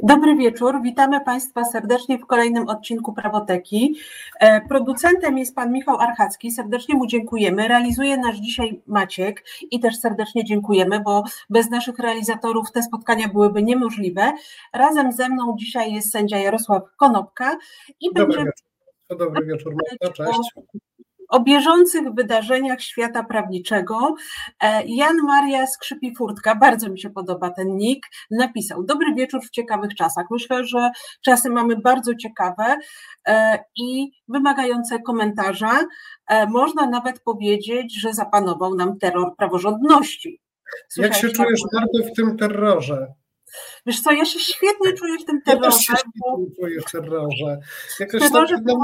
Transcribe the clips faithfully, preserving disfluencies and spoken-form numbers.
Dobry wieczór, witamy Państwa serdecznie w kolejnym odcinku Prawoteki. Producentem jest Pan Michał Archacki, serdecznie mu dziękujemy. Realizuje nas dzisiaj Maciek i też serdecznie dziękujemy, bo bez naszych realizatorów te spotkania byłyby niemożliwe. Razem ze mną dzisiaj jest sędzia Jarosław Konopka i Dobry będzie... wieczór, dobry wieczór, Marta, cześć. O bieżących wydarzeniach świata prawniczego. Jan Maria Skrzypi-Furtka, bardzo mi się podoba ten nick, napisał: dobry wieczór w ciekawych czasach. Myślę, że czasy mamy bardzo ciekawe i wymagające komentarza. Można nawet powiedzieć, że zapanował nam terror praworządności. Słyszałeś, jak się czujesz, Marto, w tym terrorze? Wiesz co, ja się świetnie czuję w tym terrorze. Ja też się bo... czuję w terrorze. Jakoś terrorze tak,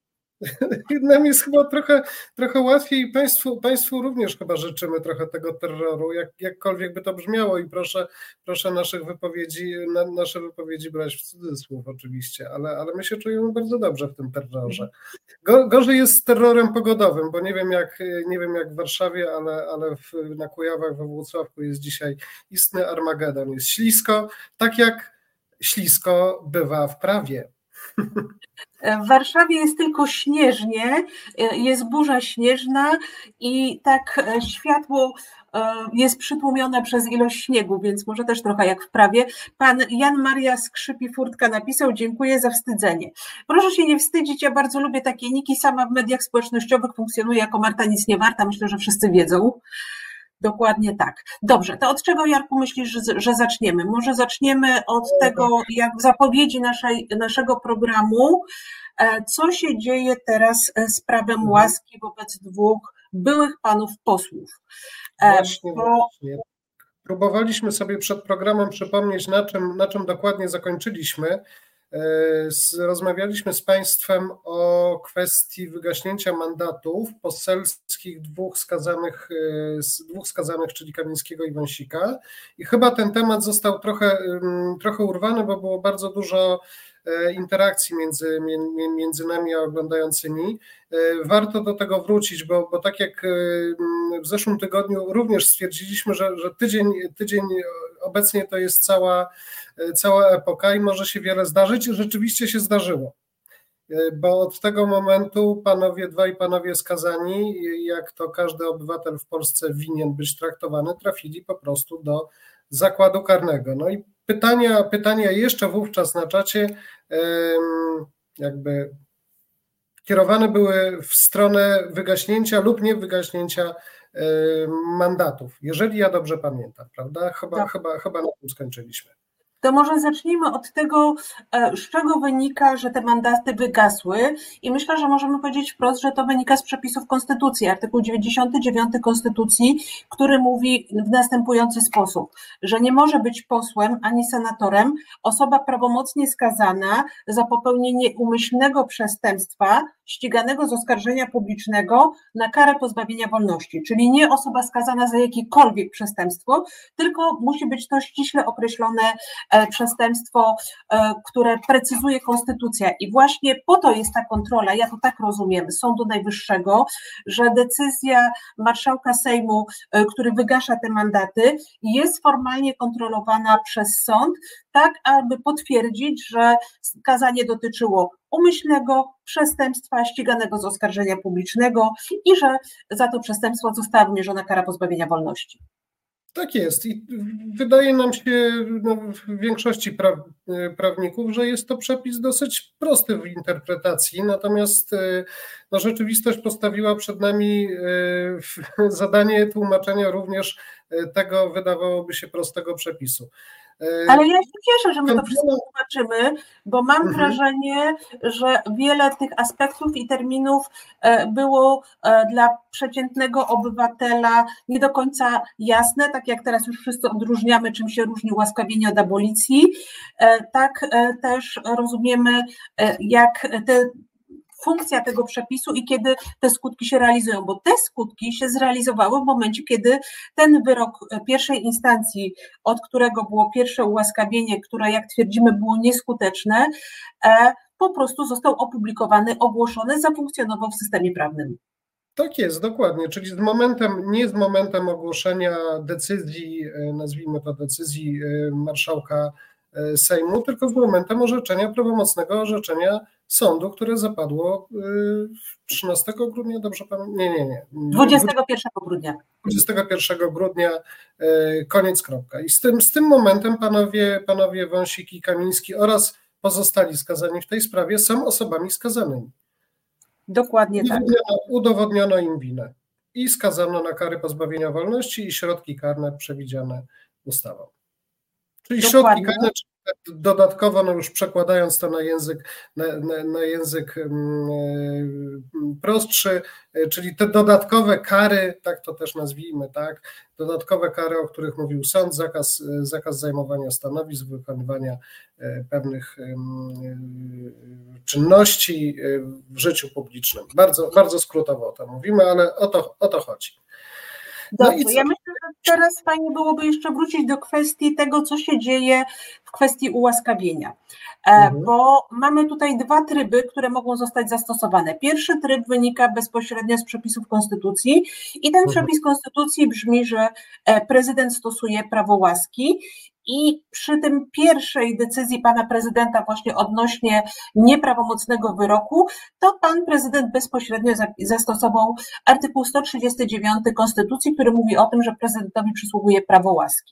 nam jest chyba trochę, trochę łatwiej i państwu, państwu również chyba życzymy trochę tego terroru, jak, jakkolwiek by to brzmiało i proszę, proszę naszych wypowiedzi, na, nasze wypowiedzi brać w cudzysłów oczywiście, ale, ale my się czujemy bardzo dobrze w tym terrorze. Go, gorzej jest z terrorem pogodowym, bo nie wiem jak, nie wiem jak w Warszawie, ale, ale w, na Kujawach, we Włocławku jest dzisiaj istny Armagedon, jest ślisko, tak jak ślisko bywa w prawie. W Warszawie jest tylko śnieżnie, jest burza śnieżna i tak światło jest przytłumione przez ilość śniegu, więc może też trochę jak w prawie. Pan Jan Maria Skrzypi-Furtka napisał: dziękuję za wstydzenie. Proszę się nie wstydzić, ja bardzo lubię takie niki, sama w mediach społecznościowych funkcjonuję jako Marta Nic Nie Warta, myślę, że wszyscy wiedzą. Dokładnie tak. Dobrze, to od czego, Jarku, myślisz, że, że zaczniemy? Może zaczniemy od tego, jak w zapowiedzi naszej, naszego programu, co się dzieje teraz z prawem łaski wobec dwóch byłych panów posłów. Właśnie, Bo... właśnie. Próbowaliśmy sobie przed programem przypomnieć, na czym, na czym dokładnie zakończyliśmy. Rozmawialiśmy z Państwem o kwestii wygaśnięcia mandatów poselskich dwóch skazanych, dwóch skazanych, czyli Kamińskiego i Wąsika, i chyba ten temat został trochę, trochę urwany, bo było bardzo dużo interakcji między, między nami a oglądającymi. Warto do tego wrócić, bo, bo tak jak w zeszłym tygodniu również stwierdziliśmy, że, że tydzień, tydzień obecnie to jest cała, cała epoka i może się wiele zdarzyć. Rzeczywiście się zdarzyło, bo od tego momentu panowie dwaj panowie skazani, jak to każdy obywatel w Polsce winien być traktowany, trafili po prostu do zakładu karnego. No i pytania, pytania jeszcze wówczas na czacie jakby kierowane były w stronę wygaśnięcia lub nie wygaśnięcia mandatów, jeżeli ja dobrze pamiętam, prawda? Chyba, tak. chyba, chyba na tym skończyliśmy. To może zacznijmy od tego, z czego wynika, że te mandaty wygasły, i myślę, że możemy powiedzieć wprost, że to wynika z przepisów Konstytucji, artykuł dziewięćdziesiąty dziewiąty Konstytucji, który mówi w następujący sposób, że nie może być posłem ani senatorem osoba prawomocnie skazana za popełnienie umyślnego przestępstwa ściganego z oskarżenia publicznego na karę pozbawienia wolności, czyli nie osoba skazana za jakiekolwiek przestępstwo, tylko musi być to ściśle określone przestępstwo, które precyzuje Konstytucja, i właśnie po to jest ta kontrola, ja to tak rozumiem, Sądu Najwyższego, że decyzja marszałka Sejmu, który wygasza te mandaty, jest formalnie kontrolowana przez sąd, tak aby potwierdzić, że skazanie dotyczyło umyślnego przestępstwa ściganego z oskarżenia publicznego i że za to przestępstwo została wymierzona kara pozbawienia wolności. Tak jest i wydaje nam się, no, w większości pra, prawników, że jest to przepis dosyć prosty w interpretacji, natomiast no, rzeczywistość postawiła przed nami zadanie tłumaczenia również tego, wydawałoby się, prostego przepisu. Ale ja się cieszę, że my to wszystko zobaczymy, bo mam mhm. wrażenie, że wiele tych aspektów i terminów było dla przeciętnego obywatela nie do końca jasne, tak jak teraz już wszyscy odróżniamy, czym się różni ułaskawienie od abolicji, tak też rozumiemy, jak te funkcja tego przepisu i kiedy te skutki się realizują, bo te skutki się zrealizowały w momencie, kiedy ten wyrok pierwszej instancji, od którego było pierwsze ułaskawienie, które, jak twierdzimy, było nieskuteczne, po prostu został opublikowany, ogłoszony, zafunkcjonował w systemie prawnym. Tak jest, dokładnie, czyli z momentem, nie z momentem ogłoszenia decyzji, nazwijmy to decyzji marszałka Sejmu, tylko z momentem orzeczenia, prawomocnego orzeczenia sądu, które zapadło trzynastego grudnia, dobrze pamiętam? Nie, nie, nie. dwudziestego pierwszego grudnia. dwudziestego pierwszego grudnia, koniec, kropka. I z tym, z tym momentem panowie, panowie Wąsik i Kamiński oraz pozostali skazani w tej sprawie są osobami skazanymi. Dokładnie tak. Udowodniono im winę i skazano na kary pozbawienia wolności i środki karne przewidziane ustawą. Czyli Dokładnie. Środki karne, dodatkowo, no już przekładając to na język, na, na, na język prostszy, czyli te dodatkowe kary, tak to też nazwijmy, tak, dodatkowe kary, o których mówił sąd, zakaz, zakaz zajmowania stanowisk, wykonywania pewnych czynności w życiu publicznym. Bardzo, bardzo skrótowo o tym mówimy, ale o to, o to chodzi. Dobrze, no i ja myślę, że teraz fajnie byłoby jeszcze wrócić do kwestii tego, co się dzieje w kwestii ułaskawienia, mhm. bo mamy tutaj dwa tryby, które mogą zostać zastosowane. Pierwszy tryb wynika bezpośrednio z przepisów Konstytucji i ten mhm. przepis Konstytucji brzmi, że prezydent stosuje prawo łaski. I przy tym pierwszej decyzji pana prezydenta właśnie odnośnie nieprawomocnego wyroku, to pan prezydent bezpośrednio zastosował artykuł sto trzydziesty dziewiąty Konstytucji, który mówi o tym, że prezydentowi przysługuje prawo łaski.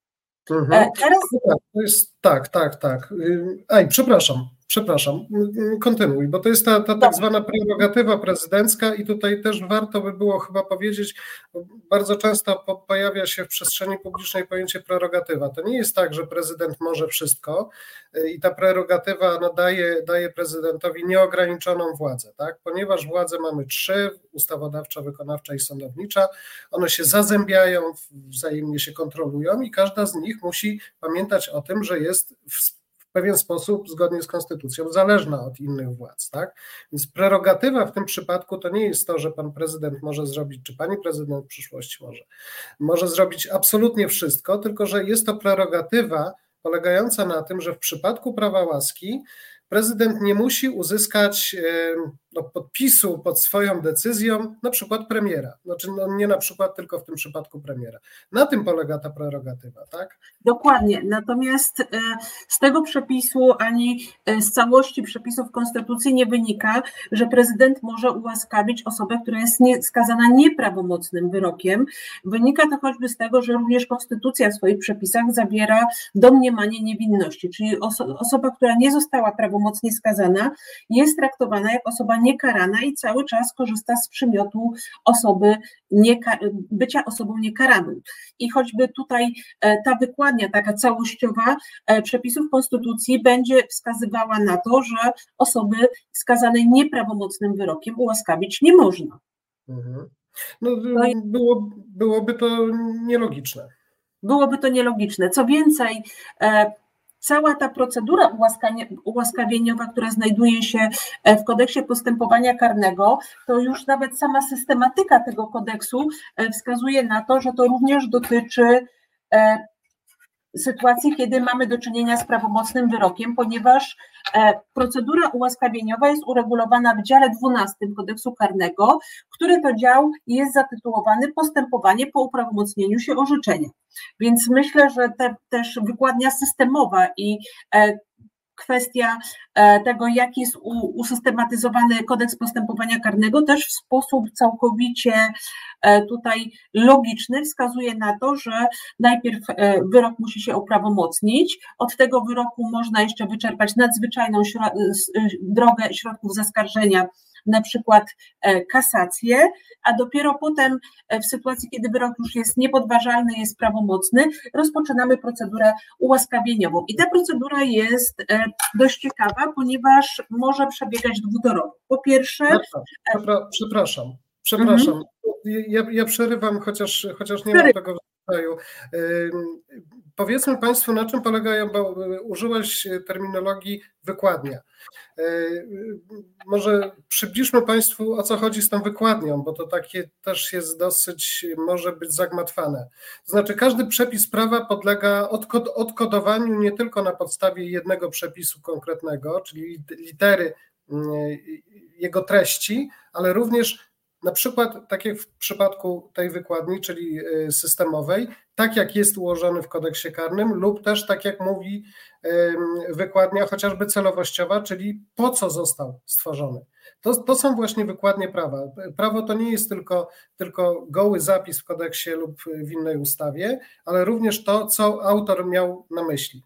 Mhm. Teraz... To jest, tak, tak, tak. Aj, przepraszam. Przepraszam, kontynuuj, bo to jest ta, ta tak zwana prerogatywa prezydencka i tutaj też warto by było chyba powiedzieć, bardzo często po, pojawia się w przestrzeni publicznej pojęcie prerogatywa. To nie jest tak, że prezydent może wszystko i ta prerogatywa no, daje, daje prezydentowi nieograniczoną władzę, tak? Ponieważ władzę mamy trzy, ustawodawcza, wykonawcza i sądownicza, one się zazębiają, wzajemnie się kontrolują i każda z nich musi pamiętać o tym, że jest w w pewien sposób, zgodnie z konstytucją, zależna od innych władz, tak? Więc prerogatywa w tym przypadku to nie jest to, że pan prezydent może zrobić, czy pani prezydent w przyszłości może, może zrobić absolutnie wszystko, tylko że jest to prerogatywa polegająca na tym, że w przypadku prawa łaski prezydent nie musi uzyskać no, podpisu pod swoją decyzją na przykład premiera. Znaczy no, nie na przykład, tylko w tym przypadku premiera. Na tym polega ta prerogatywa, tak? Dokładnie. Natomiast z tego przepisu ani z całości przepisów Konstytucji nie wynika, że prezydent może ułaskawić osobę, która jest nie, skazana nieprawomocnym wyrokiem. Wynika to choćby z tego, że również Konstytucja w swoich przepisach zawiera domniemanie niewinności, czyli oso- osoba, która nie została prawomocnie skazana, jest traktowana jak osoba niekarana i cały czas korzysta z przymiotu osoby nieka- bycia osobą niekaraną. I choćby tutaj ta wykładnia taka całościowa przepisów Konstytucji będzie wskazywała na to, że osoby skazane nieprawomocnym wyrokiem ułaskawić nie można. Mhm. No, było, byłoby to nielogiczne. Byłoby to nielogiczne. Co więcej, cała ta procedura ułaskawieniowa, która znajduje się w kodeksie postępowania karnego, to już nawet sama systematyka tego kodeksu wskazuje na to, że to również dotyczy sytuacji, kiedy mamy do czynienia z prawomocnym wyrokiem, ponieważ procedura ułaskawieniowa jest uregulowana w dziale dwunastym kodeksu karnego, który to dział jest zatytułowany Postępowanie po uprawomocnieniu się orzeczenia. Więc myślę, że te, też wykładnia systemowa i kwestia tego, jak jest usystematyzowany kodeks postępowania karnego, też w sposób całkowicie tutaj logiczny wskazuje na to, że najpierw wyrok musi się uprawomocnić, od tego wyroku można jeszcze wyczerpać nadzwyczajną drogę środków zaskarżenia, na przykład kasację, a dopiero potem w sytuacji, kiedy wyrok już jest niepodważalny, jest prawomocny, rozpoczynamy procedurę ułaskawieniową. I ta procedura jest dość ciekawa, ponieważ może przebiegać dwutorowo. Po pierwsze... Przepraszam, przepraszam. Mhm. Ja, ja przerywam, chociaż, chociaż nie mam tego w kraju. Powiedzmy Państwu, na czym polegają, bo użyłeś terminologii wykładnia. Może przybliżmy Państwu, o co chodzi z tą wykładnią, bo to takie też jest dosyć, może być zagmatwane. To znaczy każdy przepis prawa podlega odkod- odkodowaniu nie tylko na podstawie jednego przepisu konkretnego, czyli litery jego treści, ale również na przykład tak jak w przypadku tej wykładni, czyli systemowej, tak jak jest ułożony w kodeksie karnym, lub też tak jak mówi wykładnia chociażby celowościowa, czyli po co został stworzony. To, to są właśnie wykładnie prawa. Prawo to nie jest tylko, tylko goły zapis w kodeksie lub w innej ustawie, ale również to, co autor miał na myśli.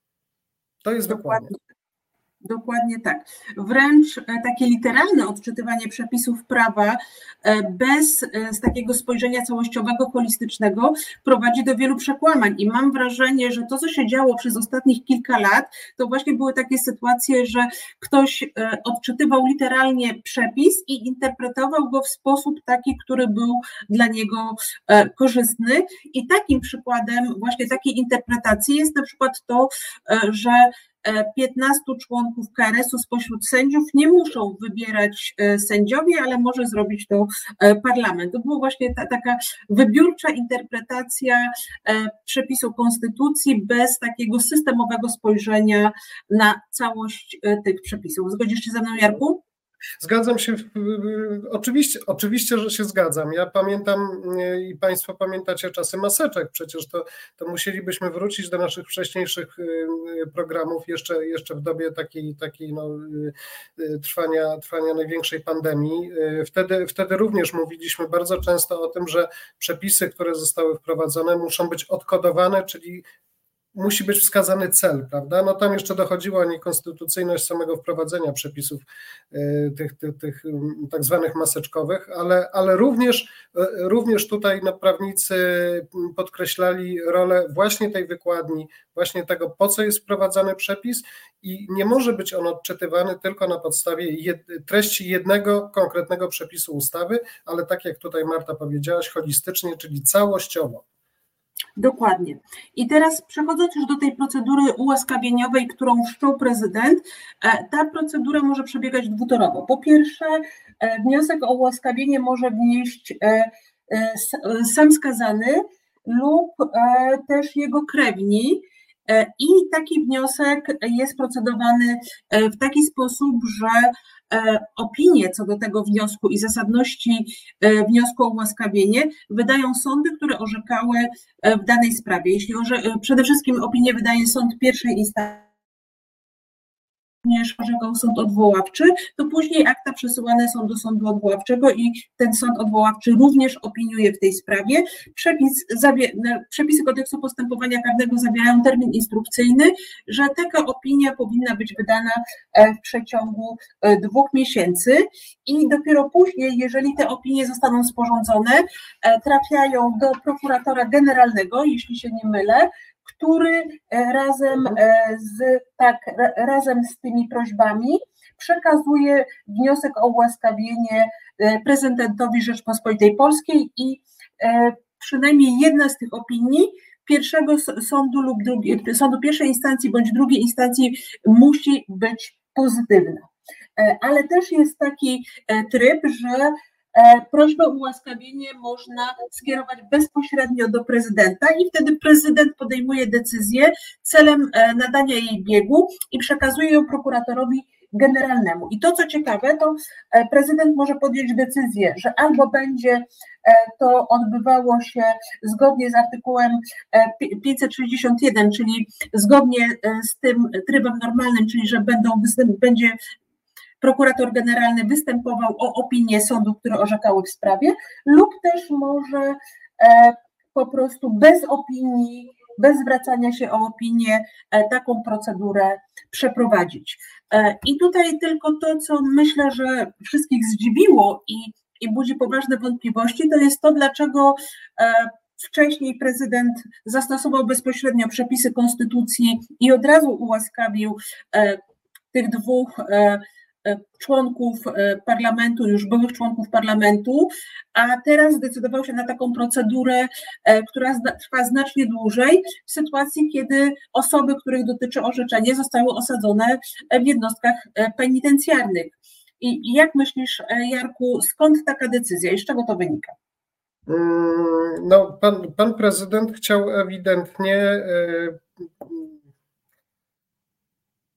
To jest wykładnia. Dokładnie tak. Wręcz takie literalne odczytywanie przepisów prawa bez z takiego spojrzenia całościowego, holistycznego prowadzi do wielu przekłamań i mam wrażenie, że to, co się działo przez ostatnich kilka lat, to właśnie były takie sytuacje, że ktoś odczytywał literalnie przepis i interpretował go w sposób taki, który był dla niego korzystny i takim przykładem właśnie takiej interpretacji jest na przykład to, że piętnastu członków K R S-u spośród sędziów nie muszą wybierać sędziowie, ale może zrobić to parlament. To była właśnie ta, taka wybiórcza interpretacja przepisu konstytucji bez takiego systemowego spojrzenia na całość tych przepisów. Zgodzisz się ze mną, Jarku? Zgadzam się, oczywiście, oczywiście, że się zgadzam. Ja pamiętam i Państwo pamiętacie czasy maseczek, przecież to, to musielibyśmy wrócić do naszych wcześniejszych programów jeszcze, jeszcze w dobie takiej, takiej no, trwania, trwania największej pandemii. Wtedy, wtedy również mówiliśmy bardzo często o tym, że przepisy, które zostały wprowadzone, muszą być odkodowane, czyli musi być wskazany cel, prawda? No tam jeszcze dochodziła niekonstytucyjność samego wprowadzenia przepisów tych, tych, tych tak zwanych maseczkowych, ale, ale również, również tutaj no, prawnicy podkreślali rolę właśnie tej wykładni, właśnie tego, po co jest wprowadzany przepis i nie może być on odczytywany tylko na podstawie jed, treści jednego konkretnego przepisu ustawy, ale tak jak tutaj Marta powiedziałaś, holistycznie, czyli całościowo. Dokładnie. I teraz przechodząc już do tej procedury ułaskawieniowej, którą wszczął prezydent, ta procedura może przebiegać dwutorowo. Po pierwsze, wniosek o ułaskawienie może wnieść sam skazany lub też jego krewni i taki wniosek jest procedowany w taki sposób, że opinie co do tego wniosku i zasadności wniosku o ułaskawienie wydają sądy, które orzekały w danej sprawie. Jeśli orze- przede wszystkim opinię wydaje sąd pierwszej instancji, również orzekał sąd odwoławczy, to później akta przesyłane są do sądu odwoławczego i ten sąd odwoławczy również opiniuje w tej sprawie. Przepis, zawie- przepisy kodeksu postępowania karnego zawierają termin instrukcyjny, że taka opinia powinna być wydana w przeciągu dwóch miesięcy i dopiero później, jeżeli te opinie zostaną sporządzone, trafiają do prokuratora generalnego, jeśli się nie mylę, który razem z, tak, razem z tymi prośbami przekazuje wniosek o ułaskawienie prezydentowi Rzeczpospolitej Polskiej i przynajmniej jedna z tych opinii pierwszego sądu lub drugiej, sądu pierwszej instancji bądź drugiej instancji musi być pozytywna. Ale też jest taki tryb, że prośbę o ułaskawienie można skierować bezpośrednio do prezydenta i wtedy prezydent podejmuje decyzję celem nadania jej biegu i przekazuje ją prokuratorowi generalnemu. I to, co ciekawe, to prezydent może podjąć decyzję, że albo będzie to odbywało się zgodnie z artykułem pięćset sześćdziesiąt jeden, czyli zgodnie z tym trybem normalnym, czyli że będą, będzie prokurator generalny występował o opinię sądów, które orzekały w sprawie, lub też może po prostu bez opinii, bez zwracania się o opinię, taką procedurę przeprowadzić. I tutaj tylko to, co myślę, że wszystkich zdziwiło i, i budzi poważne wątpliwości, to jest to, dlaczego wcześniej prezydent zastosował bezpośrednio przepisy konstytucji i od razu ułaskawił tych dwóch członków parlamentu, już byłych członków parlamentu, a teraz zdecydował się na taką procedurę, która trwa znacznie dłużej, w sytuacji, kiedy osoby, których dotyczy orzeczenie, zostały osadzone w jednostkach penitencjarnych. I jak myślisz, Jarku, skąd taka decyzja i z czego to wynika? No, pan, pan prezydent chciał ewidentnie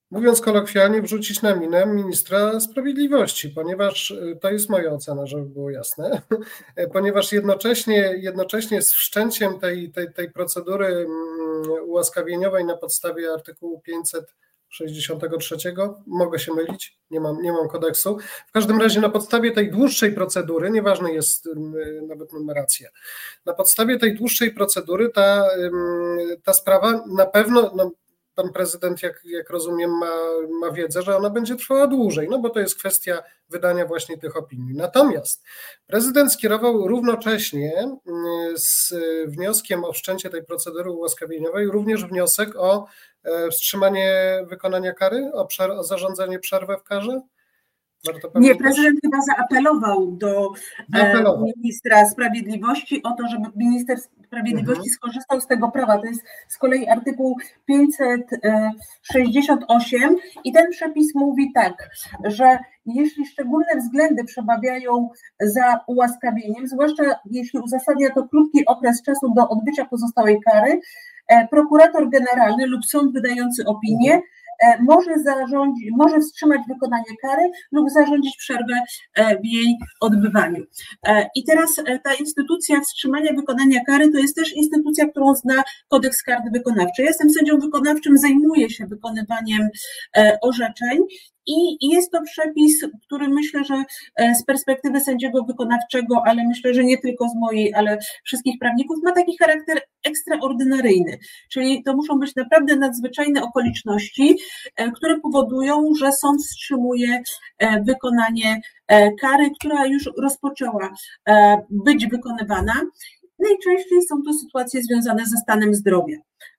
mówiąc kolokwialnie, wrzucić na minę ministra sprawiedliwości, ponieważ to jest moja ocena, żeby było jasne, ponieważ jednocześnie, jednocześnie z wszczęciem tej, tej, tej procedury ułaskawieniowej na podstawie artykułu pięćset sześćdziesiątego trzeciego, mogę się mylić, nie mam, nie mam kodeksu, w każdym razie na podstawie tej dłuższej procedury, nieważne jest nawet numeracja, na podstawie tej dłuższej procedury ta, ta sprawa na pewno, no, pan prezydent, jak, jak rozumiem, ma, ma wiedzę, że ona będzie trwała dłużej, no bo to jest kwestia wydania właśnie tych opinii. Natomiast prezydent skierował równocześnie z wnioskiem o wszczęcie tej procedury ułaskawieniowej również wniosek o wstrzymanie wykonania kary, o, przer- o zarządzenie przerwy w karze. Nie, prezydent chyba zaapelował do zaapelował. ministra sprawiedliwości o to, żeby minister sprawiedliwości mhm. skorzystał z tego prawa. To jest z kolei artykuł pięćset sześćdziesiąt osiem i ten przepis mówi tak, że jeśli szczególne względy przemawiają za ułaskawieniem, zwłaszcza jeśli uzasadnia to krótki okres czasu do odbycia pozostałej kary, prokurator generalny lub sąd wydający opinię mhm. może zarządzić, może wstrzymać wykonanie kary lub zarządzić przerwę w jej odbywaniu. I teraz ta instytucja wstrzymania wykonania kary to jest też instytucja, którą zna kodeks karny wykonawczej. Ja jestem sędzią wykonawczym, zajmuję się wykonywaniem orzeczeń. I jest to przepis, który myślę, że z perspektywy sędziego wykonawczego, ale myślę, że nie tylko z mojej, ale wszystkich prawników, ma taki charakter ekstraordynaryjny. Czyli to muszą być naprawdę nadzwyczajne okoliczności, które powodują, że sąd wstrzymuje wykonanie kary, która już rozpoczęła być wykonywana. Najczęściej są to sytuacje związane ze stanem zdrowia.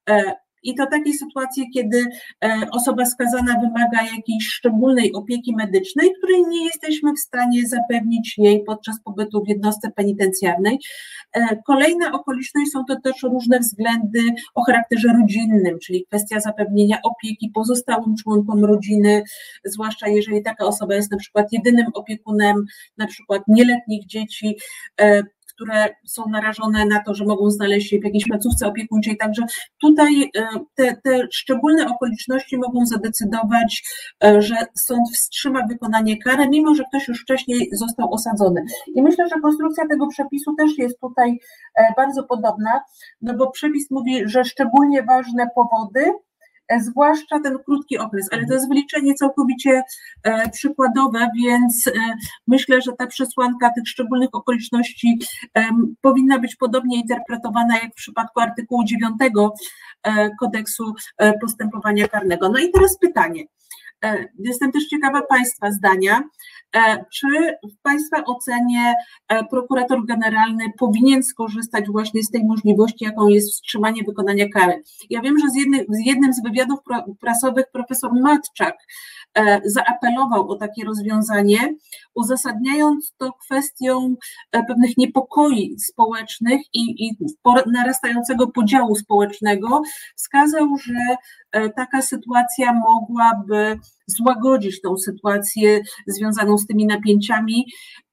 I to takiej sytuacji, kiedy osoba skazana wymaga jakiejś szczególnej opieki medycznej, której nie jesteśmy w stanie zapewnić jej podczas pobytu w jednostce penitencjarnej. Kolejna okoliczność są to też różne względy o charakterze rodzinnym, czyli kwestia zapewnienia opieki pozostałym członkom rodziny, zwłaszcza jeżeli taka osoba jest na przykład jedynym opiekunem, na przykład nieletnich dzieci, które są narażone na to, że mogą znaleźć się w jakiejś placówce opiekuńczej. Także tutaj te, te szczególne okoliczności mogą zadecydować, że sąd wstrzyma wykonanie kary, mimo że ktoś już wcześniej został osadzony. I myślę, że konstrukcja tego przepisu też jest tutaj bardzo podobna, no bo przepis mówi, że szczególnie ważne powody, zwłaszcza ten krótki okres, ale to jest wyliczenie całkowicie e, przykładowe, więc e, myślę, że ta przesłanka tych szczególnych okoliczności e, powinna być podobnie interpretowana jak w przypadku artykułu dziewiątego e, kodeksu e, postępowania karnego. No i teraz pytanie. E, jestem też ciekawa Państwa zdania. Czy w Państwa ocenie prokurator generalny powinien skorzystać właśnie z tej możliwości, jaką jest wstrzymanie wykonania kary? Ja wiem, że z jednym, z jednym z wywiadów prasowych profesor Matczak zaapelował o takie rozwiązanie, uzasadniając to kwestią pewnych niepokoi społecznych i, i narastającego podziału społecznego. Wskazał, że taka sytuacja mogłaby złagodzić tą sytuację związaną z tymi napięciami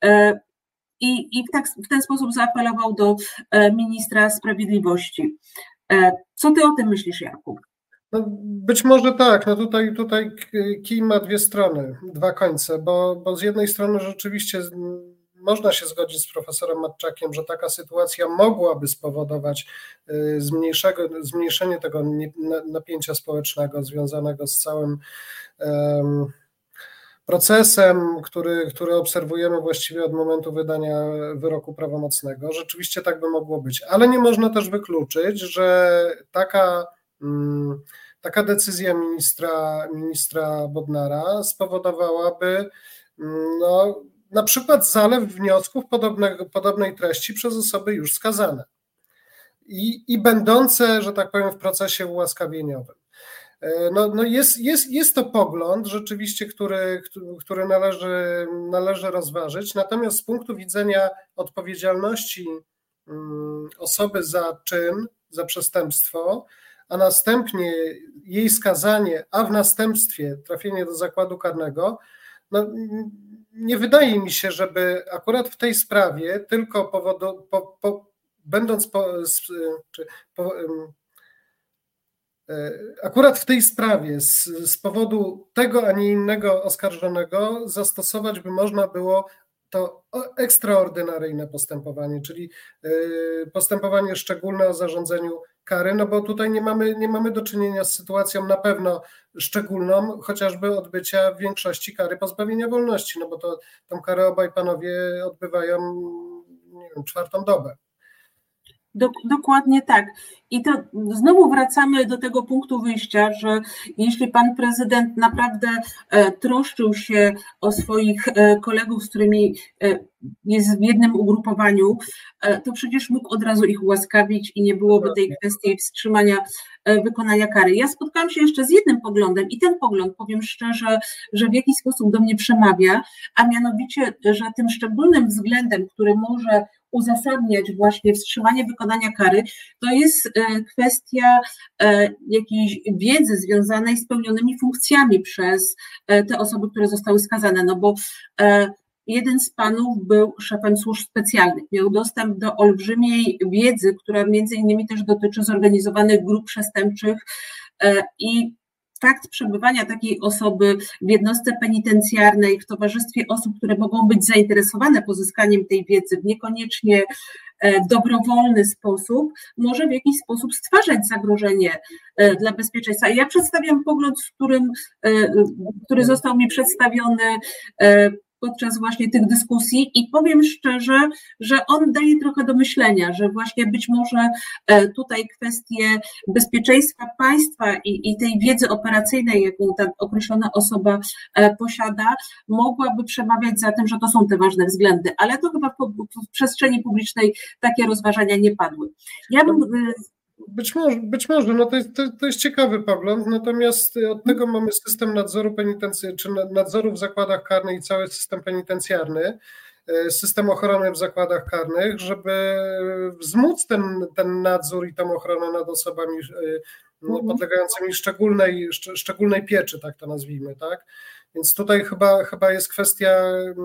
i, i w, tak, w ten sposób zaapelował do ministra sprawiedliwości. Co ty o tym myślisz, Jarku? No, być może tak, no tutaj, tutaj kij ma dwie strony, dwa końce, bo, bo z jednej strony rzeczywiście można się zgodzić z profesorem Matczakiem, że taka sytuacja mogłaby spowodować zmniejszenie tego napięcia społecznego związanego z całym um, procesem, który, który obserwujemy właściwie od momentu wydania wyroku prawomocnego. Rzeczywiście tak by mogło być, ale nie można też wykluczyć, że taka um, Taka decyzja ministra, ministra Bodnara spowodowałaby no, na przykład zalew wniosków podobnego, podobnej treści przez osoby już skazane i, i będące, że tak powiem, w procesie ułaskawieniowym. No, no jest, jest, jest to pogląd rzeczywiście, który, który należy, należy rozważyć, natomiast z punktu widzenia odpowiedzialności osoby za czyn, za przestępstwo, a następnie jej skazanie, a w następstwie trafienie do zakładu karnego, no, nie wydaje mi się, żeby akurat w tej sprawie tylko powodu, po, po, będąc po, czy, po, akurat w tej sprawie z, z powodu tego, a nie innego oskarżonego zastosować by można było to ekstraordynaryjne postępowanie, czyli postępowanie szczególne o zarządzeniu kary, no bo tutaj nie mamy, nie mamy do czynienia z sytuacją na pewno szczególną, chociażby odbycia w większości kary pozbawienia wolności, no bo to tą karę obaj panowie odbywają, nie wiem, czwartą dobę. Dokładnie tak. I to znowu wracamy do tego punktu wyjścia, że jeśli pan prezydent naprawdę troszczył się o swoich kolegów, z którymi jest w jednym ugrupowaniu, to przecież mógł od razu ich ułaskawić i nie byłoby tej kwestii wstrzymania wykonania kary. Ja spotkałam się jeszcze z jednym poglądem i ten pogląd, powiem szczerze, że w jakiś sposób do mnie przemawia, a mianowicie, że tym szczególnym względem, który może uzasadniać właśnie wstrzymanie wykonania kary, to jest kwestia jakiejś wiedzy związanej z pełnionymi funkcjami przez te osoby, które zostały skazane, no bo jeden z panów był szefem służb specjalnych, miał dostęp do olbrzymiej wiedzy, która między innymi też dotyczy zorganizowanych grup przestępczych i fakt przebywania takiej osoby w jednostce penitencjarnej w towarzystwie osób, które mogą być zainteresowane pozyskaniem tej wiedzy w niekoniecznie dobrowolny sposób, może w jakiś sposób stwarzać zagrożenie dla bezpieczeństwa. Ja przedstawiam pogląd, w którym, który został mi przedstawiony podczas właśnie tych dyskusji i powiem szczerze, że on daje trochę do myślenia, że właśnie być może tutaj kwestie bezpieczeństwa państwa i, i tej wiedzy operacyjnej, jaką ta określona osoba posiada, mogłaby przemawiać za tym, że to są te ważne względy, ale to chyba w, w przestrzeni publicznej takie rozważania nie padły. Ja bym... Być może, być może, no to jest, to, to jest ciekawy pogląd, natomiast od tego mamy system nadzoru penitencjarnego, czy nadzoru w zakładach karnych i cały system penitencjarny, system ochrony w zakładach karnych, żeby wzmóc ten, ten nadzór i tę ochronę nad osobami no, podlegającymi szczególnej, szczególnej pieczy, tak to nazwijmy, tak? Więc tutaj chyba, chyba jest kwestia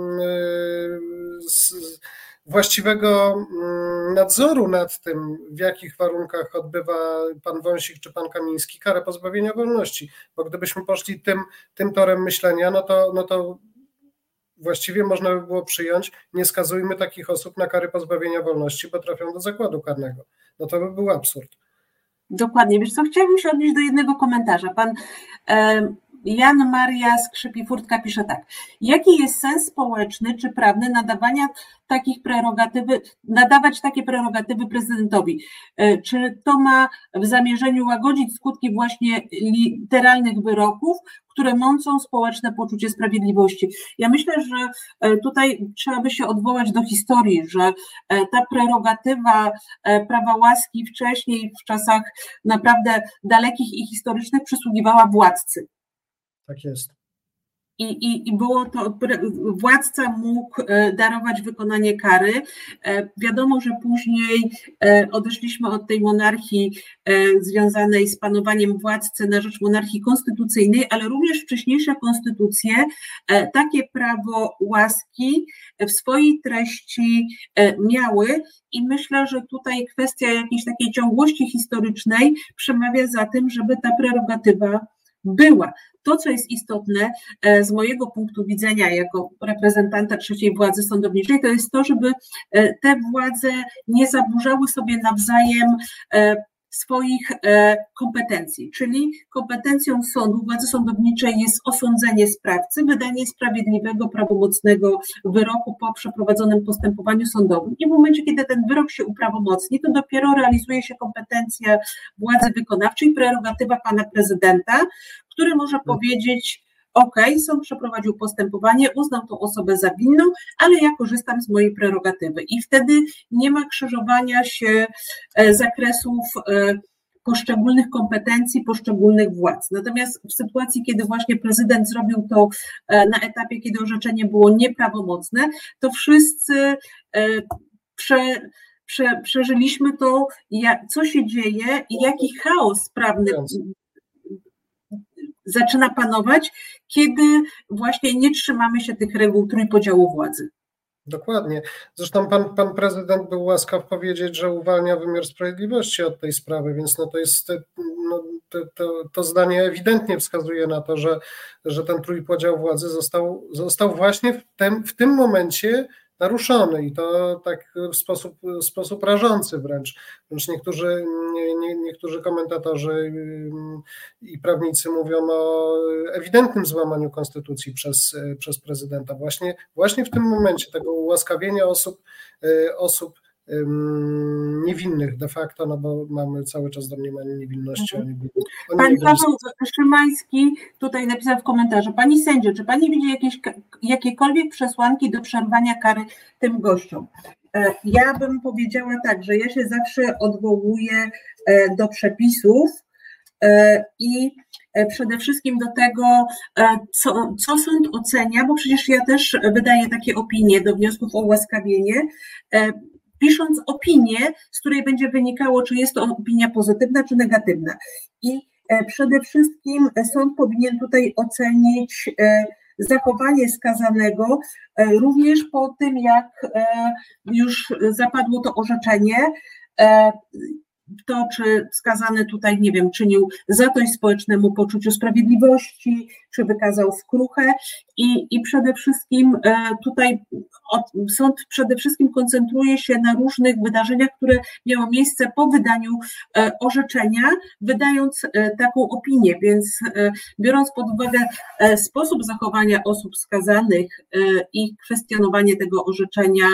z, właściwego nadzoru nad tym, w jakich warunkach odbywa pan Wąsik czy pan Kamiński karę pozbawienia wolności, bo gdybyśmy poszli tym, tym torem myślenia, no to, no to właściwie można by było przyjąć, nie skazujmy takich osób na kary pozbawienia wolności, bo trafią do zakładu karnego. No to by był absurd. Dokładnie. Wiesz co, chciałabym się odnieść do jednego komentarza. Pan e, Jan Maria Skrzypi-Furtka pisze tak. Jaki jest sens społeczny czy prawny nadawania takich prerogatywy, nadawać takie prerogatywy prezydentowi? E, czy to ma w zamierzeniu łagodzić skutki właśnie literalnych wyroków, które mącą społeczne poczucie sprawiedliwości? Ja myślę, że tutaj trzeba by się odwołać do historii, że ta prerogatywa prawa łaski wcześniej, w czasach naprawdę dalekich i historycznych, przysługiwała władcy. Tak jest. I, i, I było to, władca mógł darować wykonanie kary. Wiadomo, że później odeszliśmy od tej monarchii związanej z panowaniem władcy na rzecz monarchii konstytucyjnej, ale również wcześniejsze konstytucje takie prawo łaski w swojej treści miały i myślę, że tutaj kwestia jakiejś takiej ciągłości historycznej przemawia za tym, żeby ta prerogatywa była. To, co jest istotne z mojego punktu widzenia jako reprezentanta trzeciej władzy sądowniczej, to jest to, żeby te władze nie zaburzały sobie nawzajem swoich kompetencji, czyli kompetencją sądu, władzy sądowniczej jest osądzenie sprawcy, wydanie sprawiedliwego, prawomocnego wyroku po przeprowadzonym postępowaniu sądowym. I w momencie, kiedy ten wyrok się uprawomocni, to dopiero realizuje się kompetencja władzy wykonawczej, prerogatywa pana prezydenta, który może powiedzieć: OK, sąd przeprowadził postępowanie, uznał tą osobę za winną, ale ja korzystam z mojej prerogatywy. I wtedy nie ma krzyżowania się zakresów poszczególnych kompetencji, poszczególnych władz. Natomiast w sytuacji, kiedy właśnie prezydent zrobił to na etapie, kiedy orzeczenie było nieprawomocne, to wszyscy prze, prze, przeżyliśmy to, co się dzieje i jaki chaos prawny zaczyna panować, kiedy właśnie nie trzymamy się tych reguł trójpodziału władzy. Dokładnie. Zresztą pan, pan prezydent był łaskaw powiedzieć, że uwalnia wymiar sprawiedliwości od tej sprawy, więc no to jest no, to, to, to zdanie ewidentnie wskazuje na to, że, że ten trójpodział władzy został, został właśnie w tym, w tym momencie naruszony i to tak w sposób, w sposób rażący wręcz. Wręcz niektórzy, nie, nie, niektórzy komentatorzy i prawnicy mówią o ewidentnym złamaniu konstytucji przez, przez prezydenta. Właśnie, właśnie w tym momencie tego ułaskawienia osób, osób niewinnych de facto, no bo mamy cały czas domniemanie niewinności. Mhm. Oni, oni Pan Paweł Szymański tutaj napisał w komentarzu: Pani sędzio, czy Pani widzi jakieś, jakiekolwiek przesłanki do przerwania kary tym gościom? Ja bym powiedziała tak, że ja się zawsze odwołuję do przepisów i przede wszystkim do tego, co, co sąd ocenia, bo przecież ja też wydaję takie opinie do wniosków o ułaskawienie, pisząc opinię, z której będzie wynikało, czy jest to opinia pozytywna, czy negatywna. I przede wszystkim sąd powinien tutaj ocenić zachowanie skazanego, również po tym, jak już zapadło to orzeczenie, to, czy skazany tutaj, nie wiem, czynił zadość społecznemu poczuciu sprawiedliwości, czy wykazał skruchę i, i przede wszystkim tutaj sąd przede wszystkim koncentruje się na różnych wydarzeniach, które miało miejsce po wydaniu orzeczenia, wydając taką opinię, więc biorąc pod uwagę sposób zachowania osób skazanych i kwestionowanie tego orzeczenia,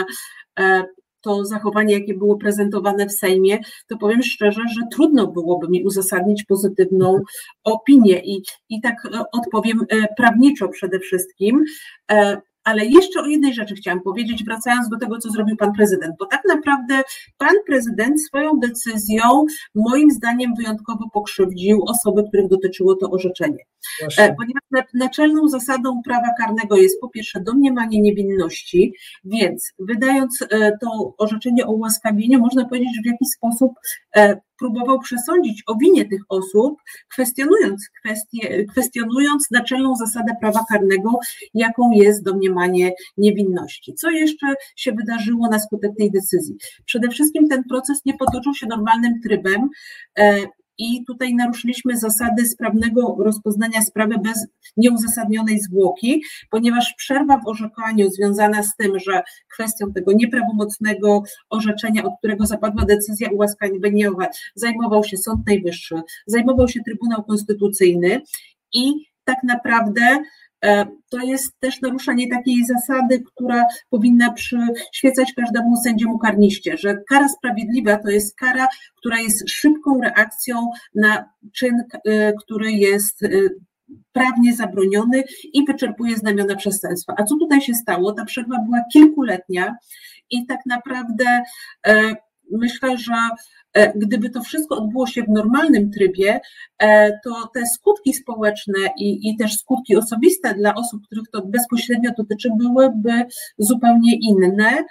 to zachowanie, jakie było prezentowane w Sejmie, to powiem szczerze, że trudno byłoby mi uzasadnić pozytywną opinię i, i tak odpowiem prawniczo przede wszystkim. Ale jeszcze o jednej rzeczy chciałam powiedzieć, wracając do tego, co zrobił pan prezydent, bo tak naprawdę pan prezydent swoją decyzją moim zdaniem wyjątkowo pokrzywdził osoby, których dotyczyło to orzeczenie. Właśnie. Ponieważ naczelną zasadą prawa karnego jest po pierwsze domniemanie niewinności, więc wydając to orzeczenie o ułaskawieniu, można powiedzieć, że w jakiś sposób próbował przesądzić o winie tych osób, kwestionując, kwestie, kwestionując naczelną zasadę prawa karnego, jaką jest domniemanie niewinności. Co jeszcze się wydarzyło na skutek tej decyzji? Przede wszystkim ten proces nie potoczył się normalnym trybem i tutaj naruszyliśmy zasady sprawnego rozpoznania sprawy bez nieuzasadnionej zwłoki, ponieważ przerwa w orzekaniu związana z tym, że kwestią tego nieprawomocnego orzeczenia, od którego zapadła decyzja ułaskaniowa, zajmował się Sąd Najwyższy, zajmował się Trybunał Konstytucyjny i tak naprawdę to jest też naruszenie takiej zasady, która powinna przyświecać każdemu sędziemu karniście, że kara sprawiedliwa to jest kara, która jest szybką reakcją na czyn, który jest prawnie zabroniony i wyczerpuje znamiona przestępstwa. A co tutaj się stało? Ta przerwa była kilkuletnia i tak naprawdę myślę, że gdyby to wszystko odbyło się w normalnym trybie, to te skutki społeczne i, i też skutki osobiste dla osób, których to bezpośrednio dotyczy, byłyby zupełnie inne.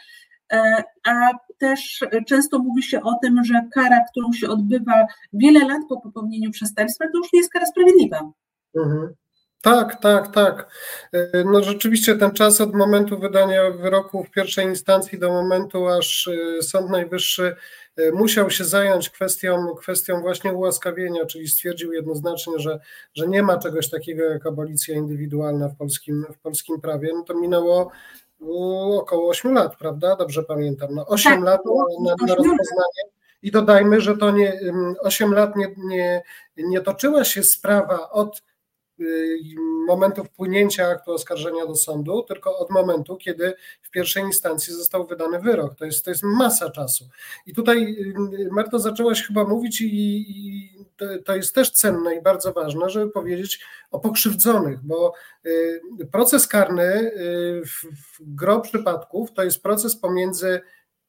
A też często mówi się o tym, że kara, którą się odbywa wiele lat po popełnieniu przestępstwa, to już nie jest kara sprawiedliwa. Mhm. Tak, tak, tak. No rzeczywiście ten czas od momentu wydania wyroku w pierwszej instancji do momentu, aż Sąd Najwyższy musiał się zająć kwestią, kwestią właśnie ułaskawienia, czyli stwierdził jednoznacznie, że, że nie ma czegoś takiego jak abolicja indywidualna w polskim, w polskim prawie, no to minęło około ośmiu lat, prawda? Dobrze pamiętam. No osiem tak, lat na, na rozpoznanie. I dodajmy, że to nie osiem lat nie, nie, nie toczyła się sprawa od momentu wpłynięcia aktu oskarżenia do sądu, tylko od momentu, kiedy w pierwszej instancji został wydany wyrok. To jest, to jest masa czasu. I tutaj, Marto, zaczęłaś chyba mówić i, i to jest też cenne i bardzo ważne, żeby powiedzieć o pokrzywdzonych, bo proces karny w, w gro przypadków to jest proces pomiędzy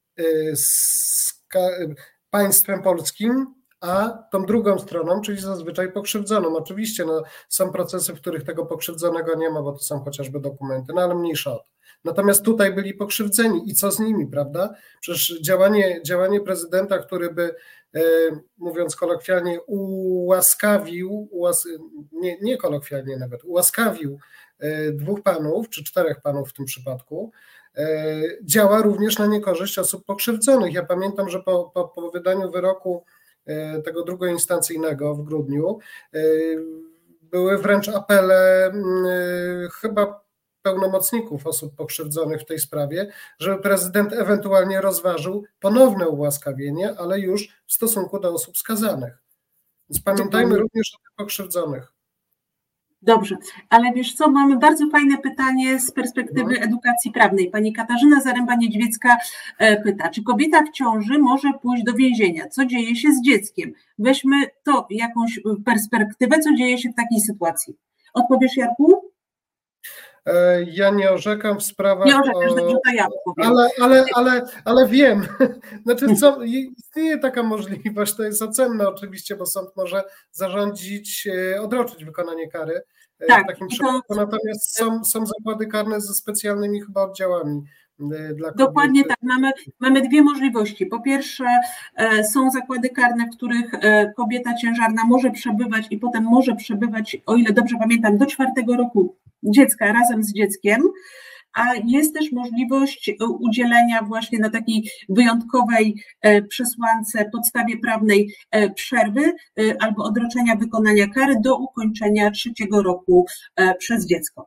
państwem polskim a tą drugą stroną, czyli zazwyczaj pokrzywdzoną. Oczywiście no, są procesy, w których tego pokrzywdzonego nie ma, bo to są chociażby dokumenty, no ale mniejsza o to. Natomiast tutaj byli pokrzywdzeni i co z nimi, prawda? Przecież działanie, działanie prezydenta, który by, e, mówiąc kolokwialnie, ułaskawił, ułas, nie, nie kolokwialnie nawet, ułaskawił e, dwóch panów, czy czterech panów w tym przypadku, e, działa również na niekorzyść osób pokrzywdzonych. Ja pamiętam, że po, po, po wydaniu wyroku tego drugoinstancyjnego w grudniu, były wręcz apele chyba pełnomocników osób pokrzywdzonych w tej sprawie, żeby prezydent ewentualnie rozważył ponowne ułaskawienie, ale już w stosunku do osób skazanych. Więc pamiętajmy również o tych pokrzywdzonych. Dobrze, ale wiesz co, mamy bardzo fajne pytanie z perspektywy no. edukacji prawnej. Pani Katarzyna Zaręba-Niedźwiecka pyta, czy kobieta w ciąży może pójść do więzienia? Co dzieje się z dzieckiem? Weźmy to jakąś perspektywę, co dzieje się w takiej sytuacji. Odpowiesz, Jarku? Ja nie orzekam w sprawach. Nie orzekasz, dobrze, to ja powiem. Ale, ale, ale, ale wiem. Znaczy, co, istnieje taka możliwość, to jest cenne oczywiście, bo sąd może zarządzić, odroczyć wykonanie kary tak, w takim przypadku. To... Natomiast są, są zakłady karne ze specjalnymi chyba oddziałami. Dla Dokładnie tak, mamy, mamy dwie możliwości. Po pierwsze są zakłady karne, w których kobieta ciężarna może przebywać i potem może przebywać, o ile dobrze pamiętam, do czwartego roku dziecka razem z dzieckiem, a jest też możliwość udzielenia właśnie na takiej wyjątkowej przesłance, podstawie prawnej przerwy albo odroczenia wykonania kary do ukończenia trzeciego roku przez dziecko.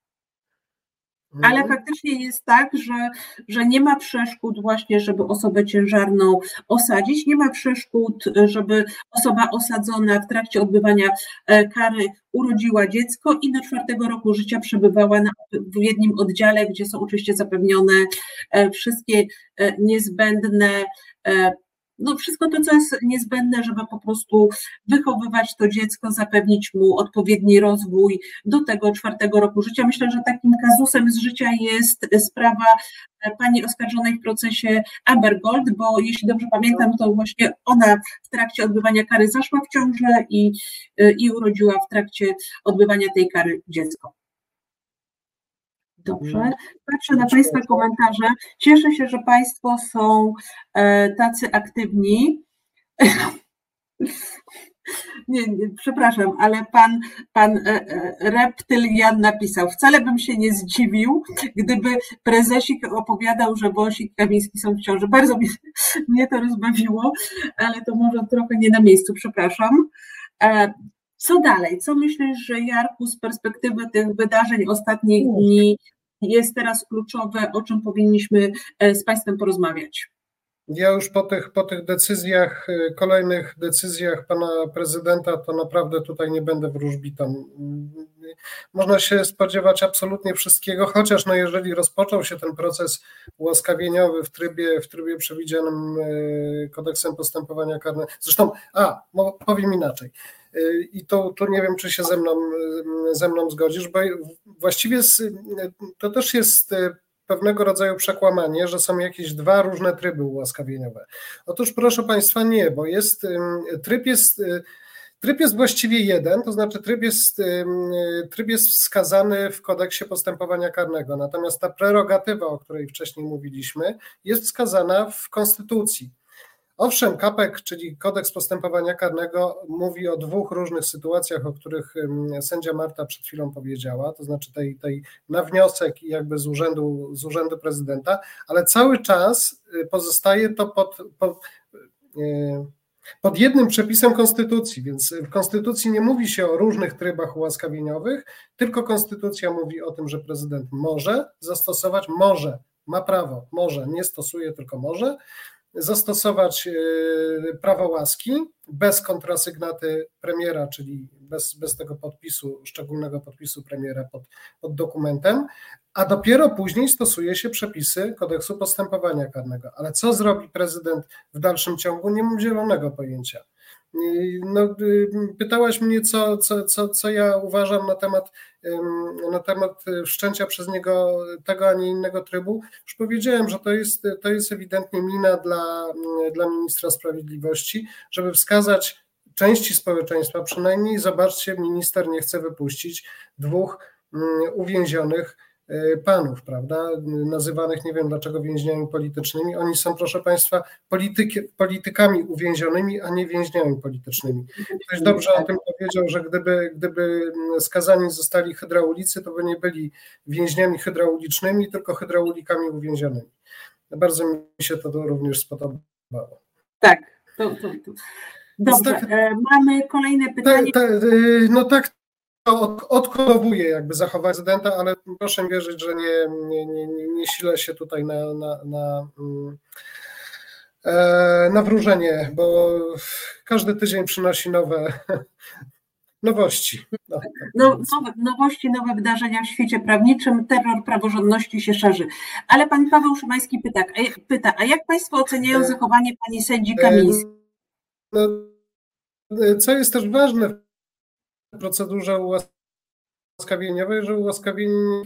Ale faktycznie jest tak, że, że nie ma przeszkód właśnie, żeby osobę ciężarną osadzić, nie ma przeszkód, żeby osoba osadzona w trakcie odbywania kary urodziła dziecko i do czwartego roku życia przebywała na odpowiednim oddziale, gdzie są oczywiście zapewnione wszystkie niezbędne, no wszystko to, co jest niezbędne, żeby po prostu wychowywać to dziecko, zapewnić mu odpowiedni rozwój do tego czwartego roku życia. Myślę, że takim kazusem z życia jest sprawa pani oskarżonej w procesie Amber Gold, bo jeśli dobrze pamiętam, to właśnie ona w trakcie odbywania kary zaszła w ciążę i, i urodziła w trakcie odbywania tej kary dziecko. Dobrze, patrzę na Państwa komentarze. Cieszę się, że Państwo są tacy aktywni. Nie, nie, przepraszam, ale pan, pan Reptylian napisał, wcale bym się nie zdziwił, gdyby prezesik opowiadał, że Wąsik i Kamiński są w ciąży. Bardzo mnie, mnie to rozbawiło, ale to może trochę nie na miejscu, przepraszam. Co dalej? Co myślisz, że Jarku, z perspektywy tych wydarzeń ostatnich dni jest teraz kluczowe, o czym powinniśmy z Państwem porozmawiać? Ja już po tych, po tych decyzjach, kolejnych decyzjach pana prezydenta, to naprawdę tutaj nie będę wróżbitą. Można się spodziewać absolutnie wszystkiego, chociaż no jeżeli rozpoczął się ten proces ułaskawieniowy w trybie, w trybie przewidzianym kodeksem postępowania karnego. Zresztą, a, powiem inaczej. I to, to nie wiem, czy się ze mną, ze mną zgodzisz, bo właściwie to też jest pewnego rodzaju przekłamanie, że są jakieś dwa różne tryby ułaskawieniowe. Otóż proszę Państwa, nie, bo jest tryb jest, tryb jest właściwie jeden, to znaczy tryb jest, tryb jest wskazany w kodeksie postępowania karnego, natomiast ta prerogatywa, o której wcześniej mówiliśmy, jest wskazana w Konstytucji. Owszem, K P K, czyli Kodeks Postępowania Karnego, mówi o dwóch różnych sytuacjach, o których sędzia Marta przed chwilą powiedziała, to znaczy tej, tej na wniosek i jakby z urzędu, z urzędu prezydenta, ale cały czas pozostaje to pod, pod, pod jednym przepisem Konstytucji, więc w Konstytucji nie mówi się o różnych trybach ułaskawieniowych, tylko Konstytucja mówi o tym, że prezydent może zastosować, może, ma prawo, może, nie stosuje, tylko może, zastosować prawo łaski bez kontrasygnaty premiera, czyli bez, bez tego podpisu, szczególnego podpisu premiera pod, pod dokumentem, a dopiero później stosuje się przepisy kodeksu postępowania karnego. Ale co zrobi prezydent w dalszym ciągu? Nie mam zielonego pojęcia. No, pytałaś mnie, co, co, co, co ja uważam na temat, na temat wszczęcia przez niego tego, a nie innego trybu. Już powiedziałem, że to jest, to jest ewidentnie mina dla, dla ministra sprawiedliwości, żeby wskazać części społeczeństwa, przynajmniej zobaczcie, minister nie chce wypuścić dwóch uwięzionych panów, prawda, nazywanych nie wiem dlaczego więźniami politycznymi. Oni są, proszę Państwa, polityki, politykami uwięzionymi, a nie więźniami politycznymi. Ktoś dobrze o tym powiedział, że gdyby, gdyby skazani zostali hydraulicy, to by nie byli więźniami hydraulicznymi, tylko hydraulikami uwięzionymi. Bardzo mi się to również spodobało. Tak, to, to, to. Dobrze, tak, mamy kolejne pytanie. Tak, tak, no tak, to odkodowuje jakby zachowanie prezydenta, ale proszę mi wierzyć, że nie, nie, nie, nie silę się tutaj na, na, na, na wróżenie, bo każdy tydzień przynosi nowe nowości. No, tak no, nowe, nowości, nowe wydarzenia w świecie prawniczym, terror praworządności się szerzy. Ale pan Paweł Szymański pyta, pyta a jak państwo oceniają zachowanie pani sędzi Kamińskiej? No, co jest też ważne w procedurze ułaskawieniowej, że ułaskawienie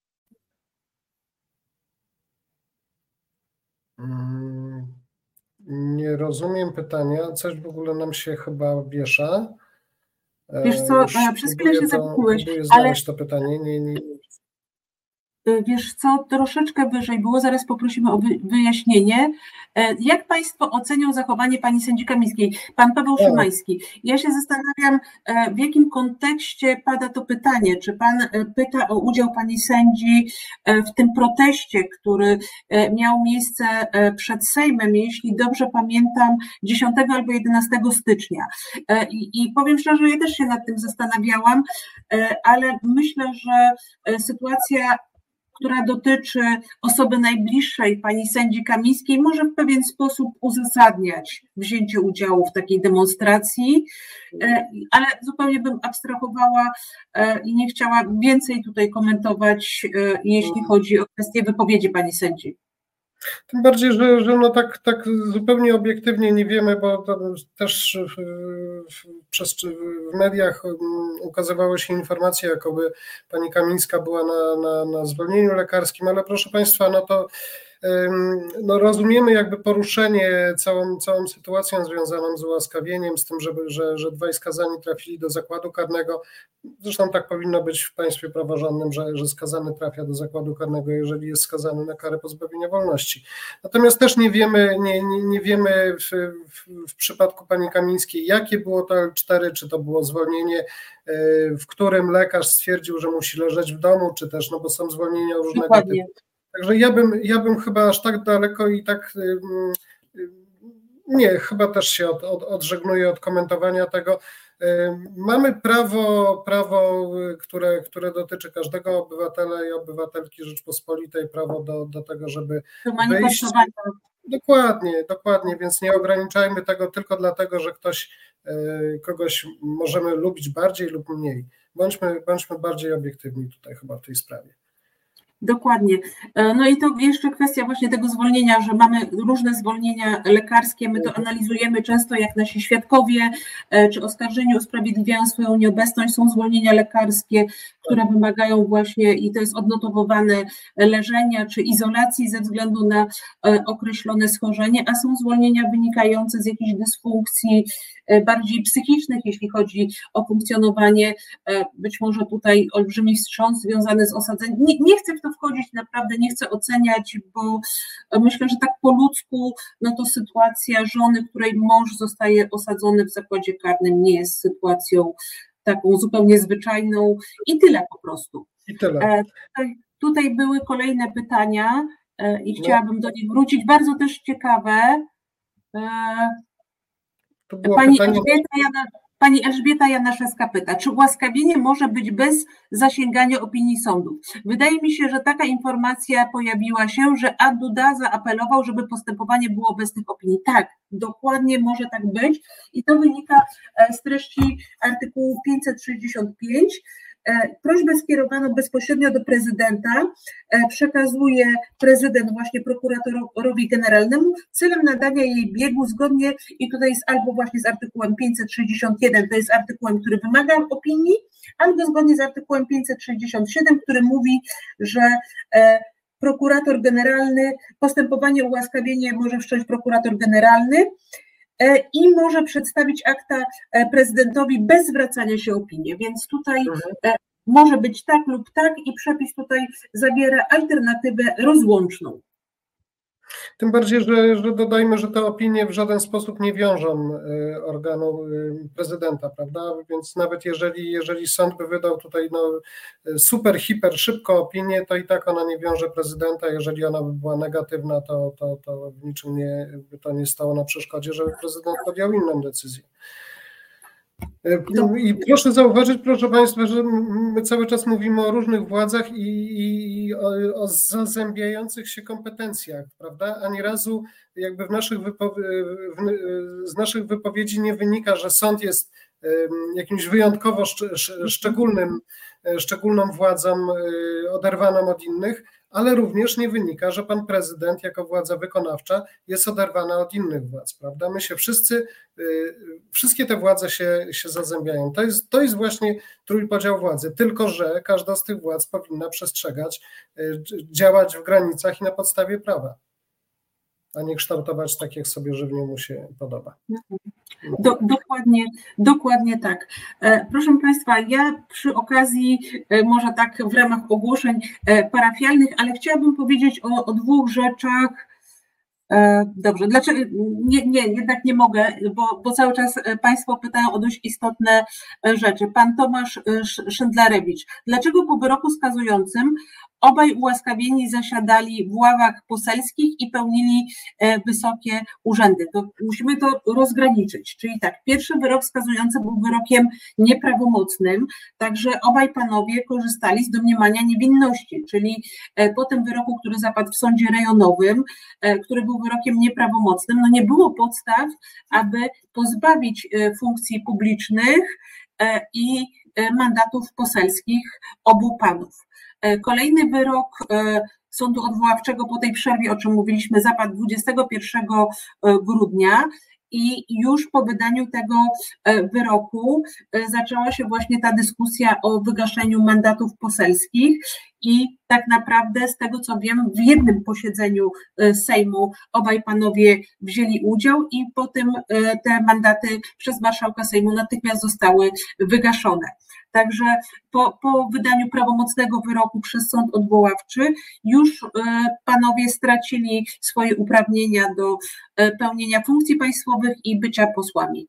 nie rozumiem pytania, coś w ogóle nam się chyba wiesza. Wiesz co, przez chwilę się zagubiłeś, ale to pytanie. Nie, nie. Wiesz co, troszeczkę wyżej było, zaraz poprosimy o wyjaśnienie. Jak państwo ocenią zachowanie pani sędzi Kamińskiej? Pan Paweł Szymański. Ja się zastanawiam, w jakim kontekście pada to pytanie. Czy pan pyta o udział pani sędzi w tym proteście, który miał miejsce przed Sejmem, jeśli dobrze pamiętam, dziesiątego albo jedenastego stycznia. I, i powiem szczerze, ja też się nad tym zastanawiałam, ale myślę, że sytuacja, która dotyczy osoby najbliższej pani sędzi Kamińskiej, może w pewien sposób uzasadniać wzięcie udziału w takiej demonstracji, ale zupełnie bym abstrahowała i nie chciała więcej tutaj komentować, jeśli chodzi o kwestię wypowiedzi pani sędzi. Tym bardziej, że, że no tak, tak zupełnie obiektywnie nie wiemy, bo to też w, przez, w mediach ukazywały się informacje, jakoby pani Kamińska była na, na, na zwolnieniu lekarskim, ale proszę państwa, no to no rozumiemy jakby poruszenie całą, całą sytuacją związaną z ułaskawieniem, z tym, żeby, że, że dwaj skazani trafili do zakładu karnego. Zresztą tak powinno być w państwie praworządnym, że, że skazany trafia do zakładu karnego, jeżeli jest skazany na karę pozbawienia wolności. Natomiast też nie wiemy, nie, nie, nie wiemy w, w, w przypadku pani Kamińskiej, jakie było to L cztery, czy to było zwolnienie, w którym lekarz stwierdził, że musi leżeć w domu, czy też, no bo są zwolnienia różnego Dokładnie. typu. Także ja bym, ja bym chyba aż tak daleko i tak nie, chyba też się od, od, odżegnuję od komentowania tego. Mamy prawo, prawo które, które dotyczy każdego obywatela i obywatelki Rzeczpospolitej, prawo do, do tego, żeby wyjść. Dokładnie, dokładnie, więc nie ograniczajmy tego tylko dlatego, że ktoś, kogoś możemy lubić bardziej lub mniej. Bądźmy, bądźmy bardziej obiektywni tutaj chyba w tej sprawie. Dokładnie. No i to jeszcze kwestia właśnie tego zwolnienia, że mamy różne zwolnienia lekarskie, my to analizujemy często, jak nasi świadkowie czy oskarżeni usprawiedliwiają swoją nieobecność, są zwolnienia lekarskie, które wymagają właśnie, i to jest odnotowywane, leżenia czy izolacji ze względu na określone schorzenie, a są zwolnienia wynikające z jakichś dysfunkcji bardziej psychicznych, jeśli chodzi o funkcjonowanie, być może tutaj olbrzymi wstrząs związany z osadzeniem. Nie, nie chcę w to wchodzić, naprawdę nie chcę oceniać, bo myślę, że tak po ludzku, no to sytuacja żony, której mąż zostaje osadzony w zakładzie karnym, nie jest sytuacją taką zupełnie zwyczajną i tyle po prostu. I tyle. Tutaj, tutaj były kolejne pytania i chciałabym do nich wrócić, bardzo też ciekawe. Pani Elżbieta, Jana, pani Elżbieta Janaszewska pyta, czy ułaskawienie może być bez zasięgania opinii sądów? Wydaje mi się, że taka informacja pojawiła się, że A. Duda zaapelował, żeby postępowanie było bez tych opinii. Tak, dokładnie może tak być i to wynika z treści artykułu pięćset sześćdziesiąt pięć. Prośbę skierowaną bezpośrednio do prezydenta przekazuje prezydent właśnie prokuratorowi generalnemu celem nadania jej biegu zgodnie, i tutaj jest albo właśnie z artykułem pięćset sześćdziesiąt jeden, to jest artykułem, który wymaga opinii, albo zgodnie z artykułem pięćset sześćdziesiąt siedem, który mówi, że prokurator generalny, postępowanie o ułaskawienie może wszcząć prokurator generalny i może przedstawić akta prezydentowi bez zwracania się opinii, więc tutaj mhm. może być tak lub tak i przepis tutaj zawiera alternatywę rozłączną. Tym bardziej, że, że dodajmy, że te opinie w żaden sposób nie wiążą organu prezydenta, prawda? Więc nawet jeżeli, jeżeli sąd by wydał tutaj no, super, hiper szybko opinię, to i tak ona nie wiąże prezydenta. Jeżeli ona by była negatywna, to, to, to w niczym nie, by to nie stało na przeszkodzie, żeby prezydent podjął inną decyzję. I proszę zauważyć, proszę Państwa, że my cały czas mówimy o różnych władzach i, i o, o zazębiających się kompetencjach, prawda? Ani razu jakby w naszych wypowie- w, z naszych wypowiedzi nie wynika, że sąd jest jakimś wyjątkowo szcz- szczególnym, szczególną władzą oderwaną od innych, ale również nie wynika, że pan prezydent jako władza wykonawcza jest oderwana od innych władz, prawda? My się wszyscy, wszystkie te władze się, się zazębiają. To jest, to jest właśnie trójpodział władzy, tylko że każda z tych władz powinna przestrzegać, działać w granicach i na podstawie prawa, a nie kształtować tak, jak sobie żywnie się podoba. Do, dokładnie, dokładnie tak. Proszę Państwa, ja przy okazji, może tak w ramach ogłoszeń parafialnych, ale chciałabym powiedzieć o, o dwóch rzeczach. Dobrze, dlaczego nie, nie, jednak nie mogę, bo, bo cały czas Państwo pytają o dość istotne rzeczy. Pan Tomasz Szyndlarewicz, dlaczego po wyroku skazującym obaj ułaskawieni zasiadali w ławach poselskich i pełnili wysokie urzędy? To musimy to rozgraniczyć. Czyli tak, pierwszy wyrok skazujący był wyrokiem nieprawomocnym, także obaj panowie korzystali z domniemania niewinności, czyli po tym wyroku, który zapadł w sądzie rejonowym, który był wyrokiem nieprawomocnym, no nie było podstaw, aby pozbawić funkcji publicznych i mandatów poselskich obu panów. Kolejny wyrok Sądu Odwoławczego po tej przerwie, o czym mówiliśmy, zapadł dwudziestego pierwszego grudnia i już po wydaniu tego wyroku zaczęła się właśnie ta dyskusja o wygaszeniu mandatów poselskich i tak naprawdę z tego co wiem w jednym posiedzeniu Sejmu obaj panowie wzięli udział i potem te mandaty przez marszałka Sejmu natychmiast zostały wygaszone. Także po, po wydaniu prawomocnego wyroku przez sąd odwoławczy już panowie stracili swoje uprawnienia do pełnienia funkcji państwowych i bycia posłami.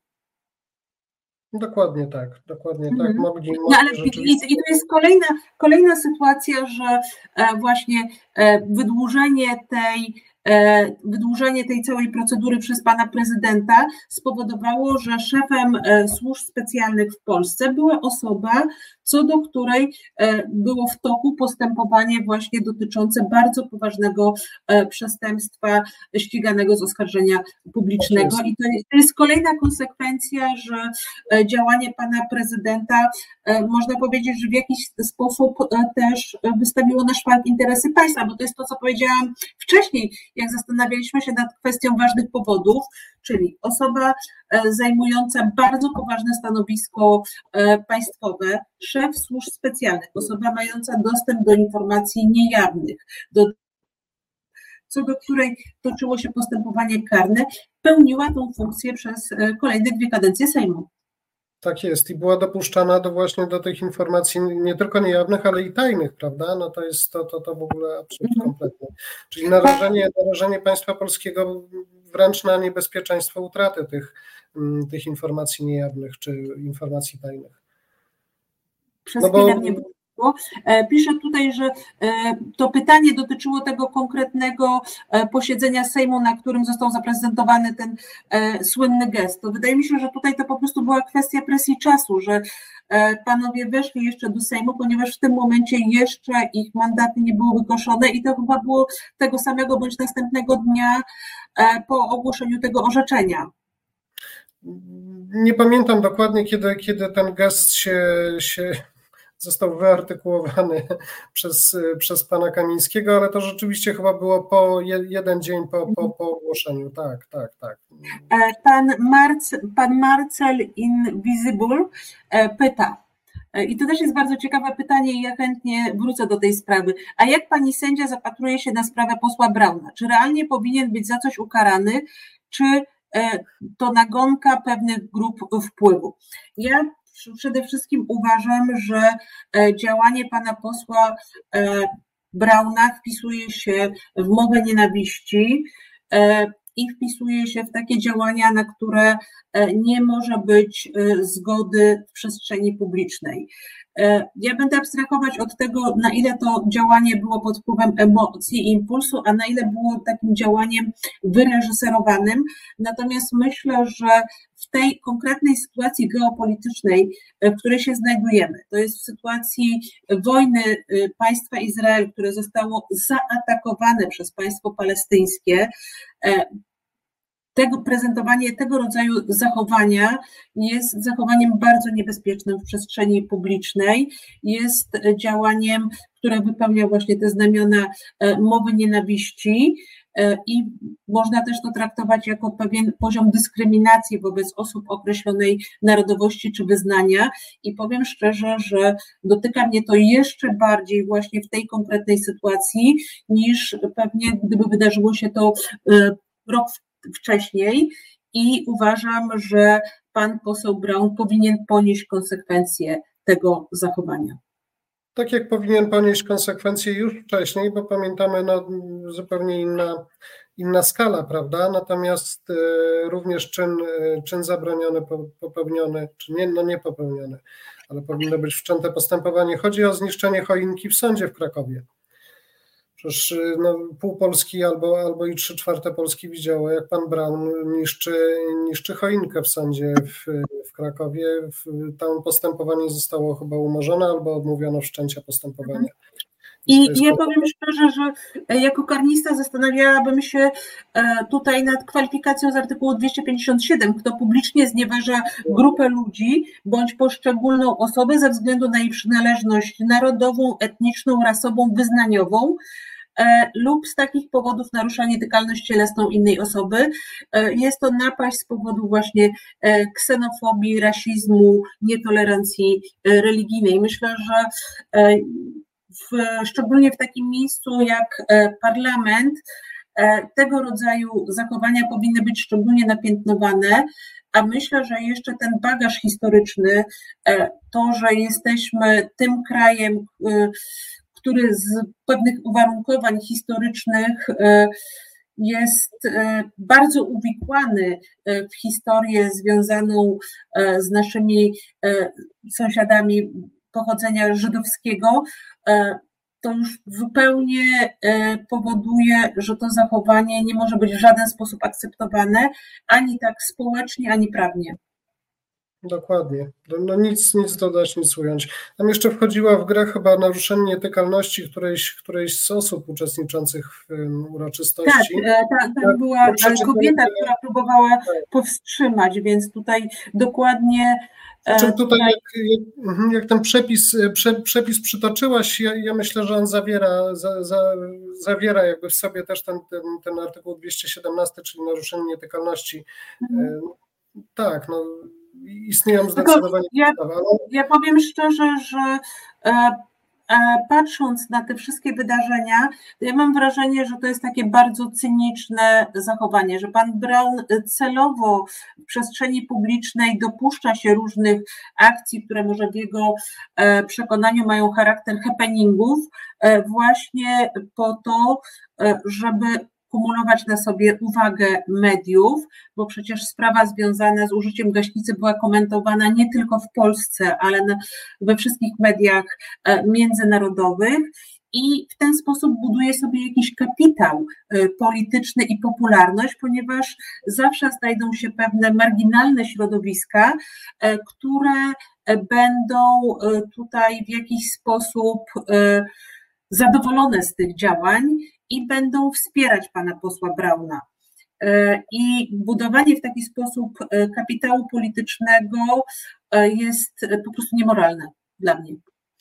Dokładnie tak, dokładnie mhm. tak. Mogli, mogli no, ale rzeczywiście... i, I to jest kolejna, kolejna sytuacja, że właśnie wydłużenie tej Wydłużenie tej całej procedury przez pana prezydenta spowodowało, że szefem służb specjalnych w Polsce była osoba, co do której było w toku postępowanie właśnie dotyczące bardzo poważnego przestępstwa ściganego z oskarżenia publicznego. I to jest kolejna konsekwencja, że działanie pana prezydenta, można powiedzieć, że w jakiś sposób też wystawiło na szwank interesy państwa, bo to jest to, co powiedziałam wcześniej, jak zastanawialiśmy się nad kwestią ważnych powodów, czyli osoba zajmująca bardzo poważne stanowisko państwowe, szef służb specjalnych, osoba mająca dostęp do informacji niejawnych, do, co do której toczyło się postępowanie karne, pełniła tą funkcję przez kolejne dwie kadencje Sejmu. Tak jest i była dopuszczana do właśnie do tych informacji nie tylko niejawnych, ale i tajnych, prawda? No to jest to, to, to w ogóle absurd kompletny. Czyli narażenie, narażenie państwa polskiego wręcz na niebezpieczeństwo utraty tych, tych informacji niejawnych czy informacji tajnych. Przez no bo... mnie było. Piszę tutaj, że to pytanie dotyczyło tego konkretnego posiedzenia Sejmu, na którym został zaprezentowany ten słynny gest. To wydaje mi się, że tutaj to po prostu była kwestia presji czasu, że panowie weszli jeszcze do Sejmu, ponieważ w tym momencie jeszcze ich mandaty nie były wygaszone i to chyba było tego samego bądź następnego dnia po ogłoszeniu tego orzeczenia. Nie pamiętam dokładnie, kiedy, kiedy ten gest się... się... został wyartykułowany przez, przez pana Kamińskiego, ale to rzeczywiście chyba było po jeden dzień po, po, po ogłoszeniu. Tak, tak, tak. Pan, Marc, pan Marcel Invisible pyta, i to też jest bardzo ciekawe pytanie i ja chętnie wrócę do tej sprawy. A jak pani sędzia zapatruje się na sprawę posła Brauna? Czy realnie powinien być za coś ukarany, czy to nagonka pewnych grup wpływu? Ja przede wszystkim uważam, że działanie pana posła Brauna wpisuje się w mowę nienawiści i wpisuje się w takie działania, na które nie może być zgody w przestrzeni publicznej. Ja będę abstrahować od tego, na ile to działanie było pod wpływem emocji i impulsu, a na ile było takim działaniem wyreżyserowanym. Natomiast myślę, że w tej konkretnej sytuacji geopolitycznej, w której się znajdujemy, to jest w sytuacji wojny państwa Izrael, które zostało zaatakowane przez państwo palestyńskie, tego prezentowanie tego rodzaju zachowania jest zachowaniem bardzo niebezpiecznym w przestrzeni publicznej, jest działaniem, które wypełnia właśnie te znamiona mowy nienawiści i można też to traktować jako pewien poziom dyskryminacji wobec osób określonej narodowości czy wyznania i powiem szczerze, że dotyka mnie to jeszcze bardziej właśnie w tej konkretnej sytuacji niż pewnie gdyby wydarzyło się to rok wcześniej i uważam, że pan poseł Braun powinien ponieść konsekwencje tego zachowania. Tak jak powinien ponieść konsekwencje już wcześniej, bo pamiętamy, no, zupełnie inna, inna skala, prawda? Natomiast y, również czyn, czyn zabroniony, popełniony, czy nie, no nie popełniony, ale powinno być wszczęte postępowanie. Chodzi o zniszczenie choinki w sądzie w Krakowie. Przecież no, pół Polski albo, albo i trzy czwarte Polski widziało, jak pan Braun niszczy, niszczy choinkę w sądzie w, w Krakowie. Tam postępowanie zostało chyba umorzone albo odmówiono wszczęcia postępowania. I ja powiem szczerze, że jako karnista zastanawiałabym się tutaj nad kwalifikacją z artykułu dwieście pięćdziesiąt siedem, kto publicznie znieważa grupę ludzi bądź poszczególną osobę ze względu na jej przynależność narodową, etniczną, rasową, wyznaniową lub z takich powodów narusza nietykalność cielesną innej osoby. Jest to napaść z powodu właśnie ksenofobii, rasizmu, nietolerancji religijnej. Myślę, że W, szczególnie w takim miejscu jak parlament, tego rodzaju zachowania powinny być szczególnie napiętnowane, a myślę, że jeszcze ten bagaż historyczny, to, że jesteśmy tym krajem, który z pewnych uwarunkowań historycznych jest bardzo uwikłany w historię związaną z naszymi sąsiadami pochodzenia żydowskiego, to już zupełnie powoduje, że to zachowanie nie może być w żaden sposób akceptowane, ani tak społecznie, ani prawnie. Dokładnie. No nic, nic dodać, nic ująć. Tam jeszcze wchodziła w grę chyba naruszenie nietykalności którejś, którejś z osób uczestniczących w uroczystości. Tak, ta, tam była kobieta, która próbowała powstrzymać, więc tutaj dokładnie... Znaczy tutaj jak, jak, jak ten przepis, prze, przepis przytoczyłaś, ja, ja myślę, że on zawiera, za, za, zawiera jakby w sobie też ten, ten, ten artykuł dwieście siedemnaście, czyli naruszenie nietykalności. Mhm. Tak, no istnieją zdecydowanie. Ja, ja powiem szczerze, że e, patrząc na te wszystkie wydarzenia, to ja mam wrażenie, że to jest takie bardzo cyniczne zachowanie, że pan Braun celowo w przestrzeni publicznej dopuszcza się różnych akcji, które może w jego przekonaniu mają charakter happeningów, właśnie po to, żeby kumulować na sobie uwagę mediów, bo przecież sprawa związana z użyciem gaśnicy była komentowana nie tylko w Polsce, ale we wszystkich mediach międzynarodowych i w ten sposób buduje sobie jakiś kapitał polityczny i popularność, ponieważ zawsze znajdą się pewne marginalne środowiska, które będą tutaj w jakiś sposób zadowolone z tych działań i będą wspierać pana posła Brauna. I budowanie w taki sposób kapitału politycznego jest po prostu niemoralne dla mnie.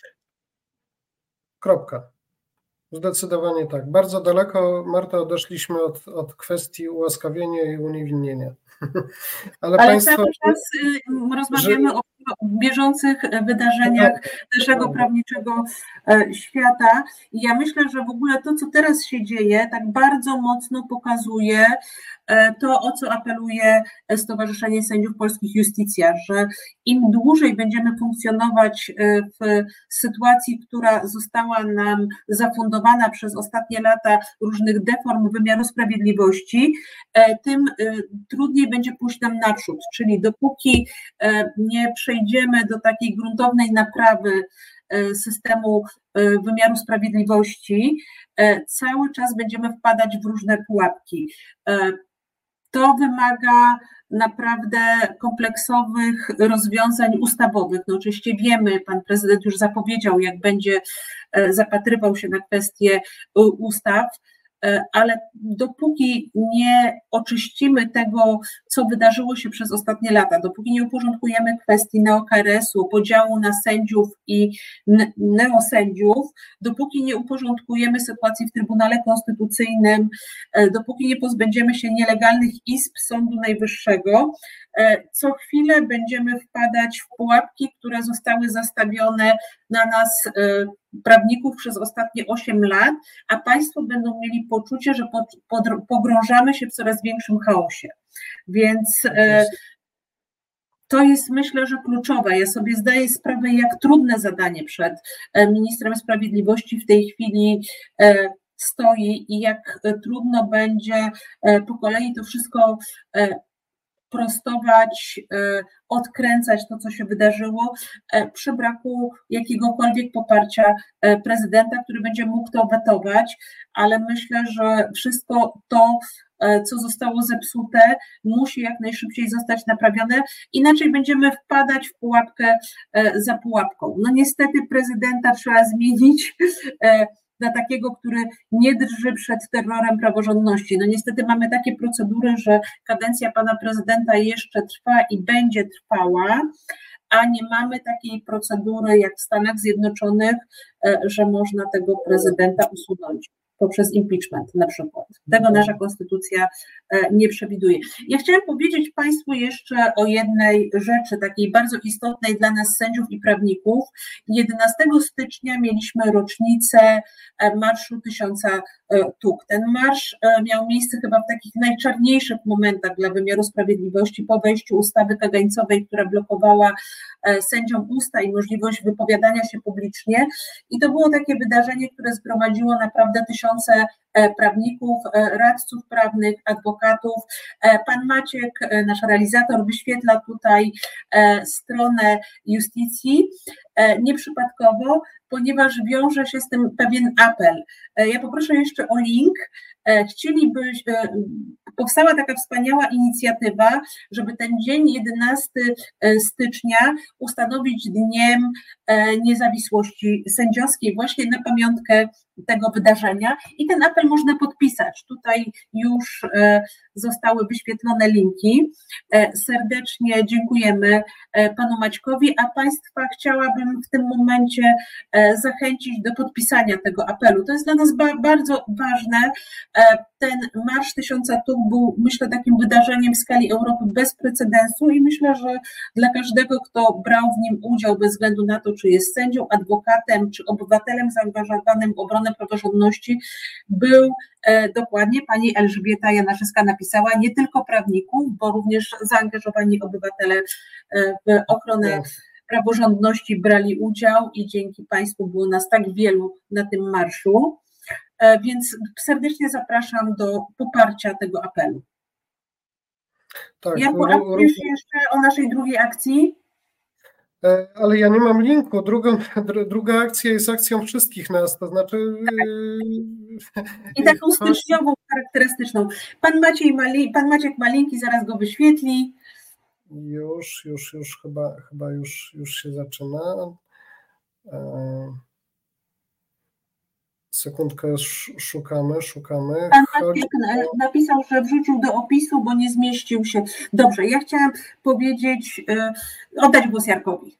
Kropka. Zdecydowanie tak. Bardzo daleko, Marta, odeszliśmy od, od kwestii ułaskawienia i uniewinnienia. Ale, Ale państwo, cały czas rozmawiamy że... o w bieżących wydarzeniach naszego prawniczego świata. I ja myślę, że w ogóle to, co teraz się dzieje, tak bardzo mocno pokazuje to, o co apeluje Stowarzyszenie Sędziów Polskich Iustitia, że im dłużej będziemy funkcjonować w sytuacji, która została nam zafundowana przez ostatnie lata różnych deform wymiaru sprawiedliwości, tym trudniej będzie pójść nam naprzód. Czyli dopóki nie przejdziemy do takiej gruntownej naprawy systemu wymiaru sprawiedliwości, cały czas będziemy wpadać w różne pułapki. To wymaga naprawdę kompleksowych rozwiązań ustawowych. No oczywiście wiemy, pan prezydent już zapowiedział, jak będzie zapatrywał się na kwestie ustaw, ale dopóki nie oczyścimy tego, co wydarzyło się przez ostatnie lata, dopóki nie uporządkujemy kwestii neo-K R S-u, podziału na sędziów i neosędziów, dopóki nie uporządkujemy sytuacji w Trybunale Konstytucyjnym, dopóki nie pozbędziemy się nielegalnych izb Sądu Najwyższego, co chwilę będziemy wpadać w pułapki, które zostały zastawione na nas, prawników, przez ostatnie osiem lat, a państwo będą mieli poczucie, że pogrążamy się w coraz większym chaosie. Więc to jest, myślę, że kluczowe. Ja sobie zdaję sprawę, jak trudne zadanie przed ministrem sprawiedliwości w tej chwili stoi i jak trudno będzie po kolei to wszystko prostować, odkręcać to, co się wydarzyło, przy braku jakiegokolwiek poparcia prezydenta, który będzie mógł to wetować, ale myślę, że wszystko to, co zostało zepsute, musi jak najszybciej zostać naprawione, inaczej będziemy wpadać w pułapkę za pułapką. No niestety prezydenta trzeba zmienić na takiego, który nie drży przed terrorem praworządności. No niestety mamy takie procedury, że kadencja pana prezydenta jeszcze trwa i będzie trwała, a nie mamy takiej procedury jak w Stanach Zjednoczonych, że można tego prezydenta usunąć poprzez impeachment na przykład. Tego nasza konstytucja nie przewiduje. Ja chciałam powiedzieć państwu jeszcze o jednej rzeczy, takiej bardzo istotnej dla nas sędziów i prawników. jedenastego stycznia mieliśmy rocznicę Marszu Tysiąca Tuk. Ten marsz miał miejsce chyba w takich najczarniejszych momentach dla wymiaru sprawiedliwości po wejściu ustawy kagańcowej, która blokowała sędziom usta i możliwość wypowiadania się publicznie. I to było takie wydarzenie, które zgromadziło naprawdę tysiące prawników, radców prawnych, adwokatów. Pan Maciek, nasz realizator, wyświetla tutaj stronę Iustitii, nieprzypadkowo, ponieważ wiąże się z tym pewien apel. Ja poproszę jeszcze o link. Chcielibyś, powstała taka wspaniała inicjatywa, żeby ten dzień jedenastego stycznia ustanowić Dniem Niezawisłości Sędziowskiej właśnie na pamiątkę tego wydarzenia i ten apel można podpisać. Tutaj już zostały wyświetlone linki. Serdecznie dziękujemy panu Maćkowi, a państwa chciałabym w tym momencie zachęcić do podpisania tego apelu. To jest dla nas bardzo ważne. Ten Marsz Tysiąca Tuk był, myślę, takim wydarzeniem w skali Europy bez precedensu i myślę, że dla każdego, kto brał w nim udział, bez względu na to, czy jest sędzią, adwokatem, czy obywatelem zaangażowanym w obronę praworządności, był dokładnie, pani Elżbieta Janaszewska napisała, nie tylko prawników, bo również zaangażowani obywatele w ochronę praworządności brali udział i dzięki państwu było nas tak wielu na tym marszu. Więc serdecznie zapraszam do poparcia tego apelu. Tak, Janku, a powiesz jeszcze o naszej drugiej akcji? Ale ja nie mam linku. Drugą, druga akcja jest akcją wszystkich nas, to znaczy... Tak. I taką styczniową, charakterystyczną. Pan, Maciej Mali, pan Maciek Malinki zaraz go wyświetli. Już, już, już, chyba, chyba już, już się zaczyna. Sekundkę, szukamy, szukamy. Pan Maciek napisał, że wrzucił do opisu, bo nie zmieścił się. Dobrze, ja chciałam powiedzieć, oddać głos Jarkowi.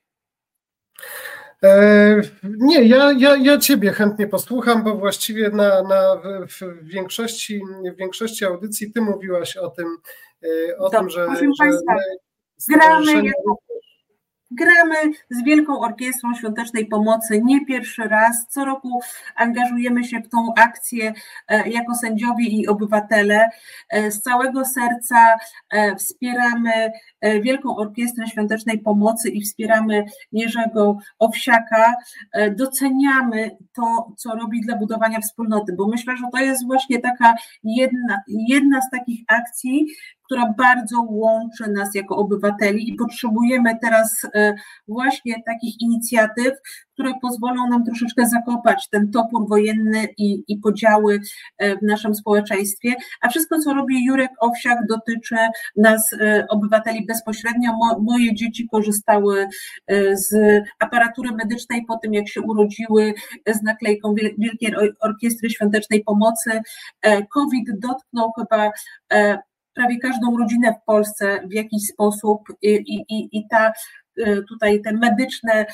E, nie, ja, ja, ja Ciebie chętnie posłucham, bo właściwie na, na, w, większości, w większości audycji Ty mówiłaś o tym, o Dobrze, tym, że... proszę że Państwa, gramy, Gramy z Wielką Orkiestrą Świątecznej Pomocy nie pierwszy raz. Co roku angażujemy się w tą akcję jako sędziowie i obywatele. Z całego serca wspieramy Wielką Orkiestrę Świątecznej Pomocy i wspieramy Jerzego Owsiaka. Doceniamy to, co robi dla budowania wspólnoty, bo myślę, że to jest właśnie taka jedna, jedna z takich akcji, która bardzo łączy nas jako obywateli i potrzebujemy teraz właśnie takich inicjatyw, które pozwolą nam troszeczkę zakopać ten topór wojenny i, i podziały w naszym społeczeństwie, a wszystko, co robi Jurek Owsiak, dotyczy nas, obywateli, bezpośrednio. Mo, moje dzieci korzystały z aparatury medycznej po tym, jak się urodziły, z naklejką Wielkiej Orkiestry Świątecznej Pomocy. COVID dotknął chyba prawie każdą rodzinę w Polsce w jakiś sposób i, i, i ta, tutaj te medyczne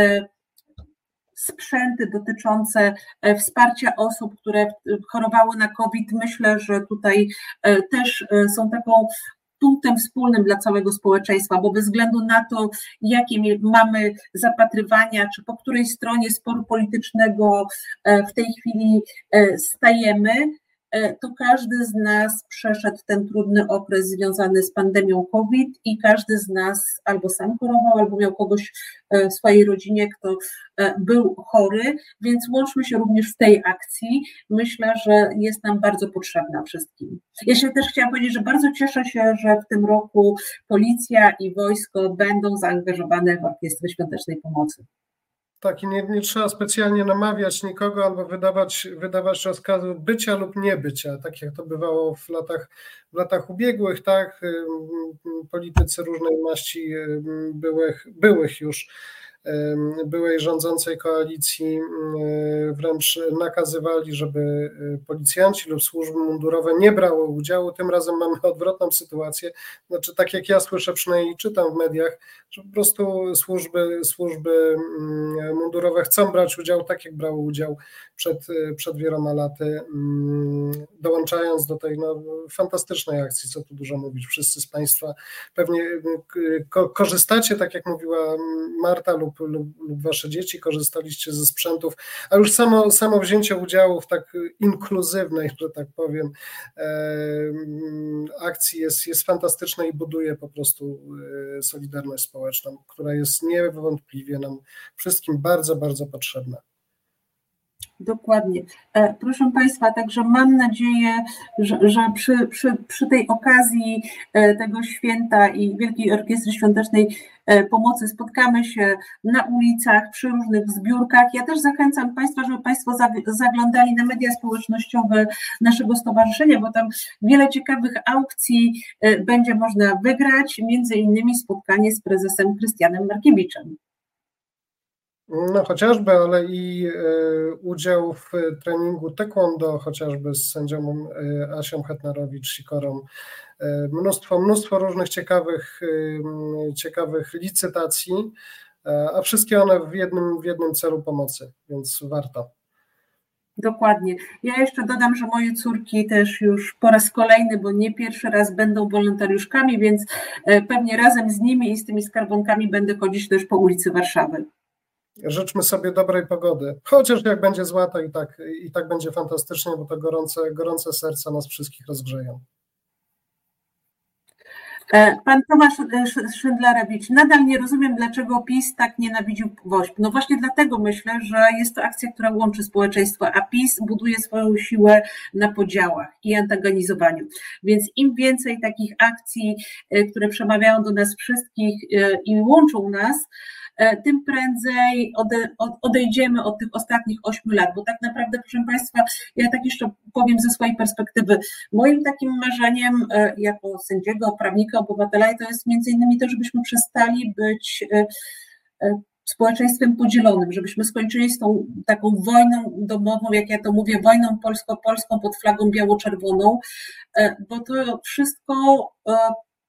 sprzęty dotyczące wsparcia osób, które chorowały na COVID, myślę, że tutaj też są taką punktem wspólnym dla całego społeczeństwa, bo bez względu na to, jakie mamy zapatrywania, czy po której stronie sporu politycznego w tej chwili stajemy, to każdy z nas przeszedł ten trudny okres związany z pandemią COVID i każdy z nas albo sam chorował, albo miał kogoś w swojej rodzinie, kto był chory, więc łączmy się również w tej akcji. Myślę, że jest nam bardzo potrzebna wszystkim. Ja się też chciałam powiedzieć, że bardzo cieszę się, że w tym roku policja i wojsko będą zaangażowane w Orkiestrę Świątecznej Pomocy. Tak, i nie, nie trzeba specjalnie namawiać nikogo albo wydawać, wydawać rozkazu bycia lub niebycia, tak jak to bywało w latach, w latach ubiegłych, tak, politycy różnej maści byłych, byłych już byłej rządzącej koalicji wręcz nakazywali, żeby policjanci lub służby mundurowe nie brały udziału. Tym razem mamy odwrotną sytuację. Znaczy, tak jak ja słyszę, przynajmniej czytam w mediach, że po prostu służby, służby mundurowe chcą brać udział tak, jak brały udział przed, przed wieloma laty, dołączając do tej no, fantastycznej akcji, co tu dużo mówić. Wszyscy z Państwa pewnie ko- korzystacie, tak jak mówiła Marta lub Lub, lub wasze dzieci, korzystaliście ze sprzętów, a już samo, samo wzięcie udziału w tak inkluzywnej, że tak powiem, e, akcji jest, jest fantastyczne i buduje po prostu solidarność społeczną, która jest niewątpliwie nam wszystkim bardzo, bardzo potrzebna. Dokładnie. Proszę Państwa, także mam nadzieję, że, że przy, przy, przy tej okazji tego święta i Wielkiej Orkiestry Świątecznej Pomocy spotkamy się na ulicach, przy różnych zbiórkach. Ja też zachęcam Państwa, żeby Państwo zaglądali na media społecznościowe naszego stowarzyszenia, bo tam wiele ciekawych aukcji będzie można wygrać, między innymi spotkanie z prezesem Krystianem Markiewiczem. No chociażby, ale i udział w treningu taekwondo, chociażby z sędzią Asią Chetnarowicz-Sikorą. Mnóstwo, mnóstwo różnych ciekawych, ciekawych licytacji, a wszystkie one w jednym, w jednym celu pomocy, więc warto. Dokładnie. Ja jeszcze dodam, że moje córki też już po raz kolejny, bo nie pierwszy raz będą wolontariuszkami, więc pewnie razem z nimi i z tymi skarbonkami będę chodzić też po ulicy Warszawy. Życzmy sobie dobrej pogody, chociaż jak będzie zła, to i tak, i tak będzie fantastycznie, bo to gorące, gorące serca nas wszystkich rozgrzeją. Pan Tomasz Szyndlarewicz, nadal nie rozumiem, dlaczego PiS tak nienawidził WOŚP. No właśnie dlatego myślę, że jest to akcja, która łączy społeczeństwo, a PiS buduje swoją siłę na podziałach i antagonizowaniu. Więc im więcej takich akcji, które przemawiają do nas wszystkich i łączą nas, tym prędzej odejdziemy od tych ostatnich ośmiu lat, bo tak naprawdę, proszę Państwa, ja tak jeszcze powiem ze swojej perspektywy, moim takim marzeniem jako sędziego, prawnika, obywatela, to jest między innymi to, żebyśmy przestali być społeczeństwem podzielonym, żebyśmy skończyli z tą taką wojną domową, jak ja to mówię, wojną polsko-polską pod flagą biało-czerwoną, bo to wszystko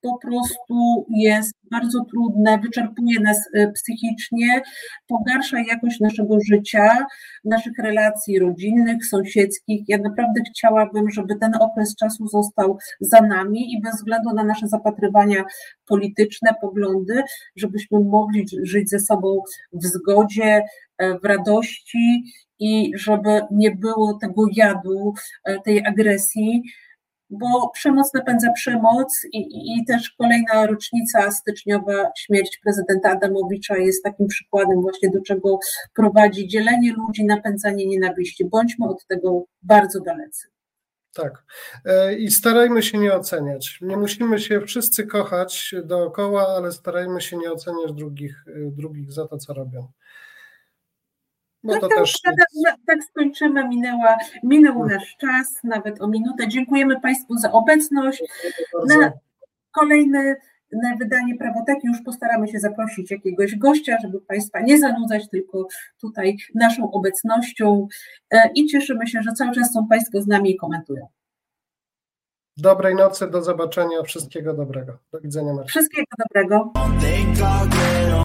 po prostu jest bardzo trudne, wyczerpuje nas psychicznie, pogarsza jakość naszego życia, naszych relacji rodzinnych, sąsiedzkich. Ja naprawdę chciałabym, żeby ten okres czasu został za nami i bez względu na nasze zapatrywania polityczne, poglądy, żebyśmy mogli żyć ze sobą w zgodzie, w radości i żeby nie było tego jadu, tej agresji, bo przemoc napędza przemoc i, i, i też kolejna rocznica styczniowa, śmierć prezydenta Adamowicza jest takim przykładem właśnie, do czego prowadzi dzielenie ludzi, napędzanie nienawiści. Bądźmy od tego bardzo dalecy. Tak. I starajmy się nie oceniać. Nie musimy się wszyscy kochać dookoła, ale starajmy się nie oceniać drugich, drugich za to, co robią. No to też... tak, tak skończymy, Minęła, minął nasz czas, nawet o minutę. Dziękujemy Państwu za obecność. Na kolejne na wydanie Prawoteki już postaramy się zaprosić jakiegoś gościa, żeby Państwa nie zanudzać, tylko tutaj naszą obecnością i cieszymy się, że cały czas są Państwo z nami i komentują. Dobrej nocy, do zobaczenia, wszystkiego dobrego. Do widzenia, Marcin. Wszystkiego dobrego.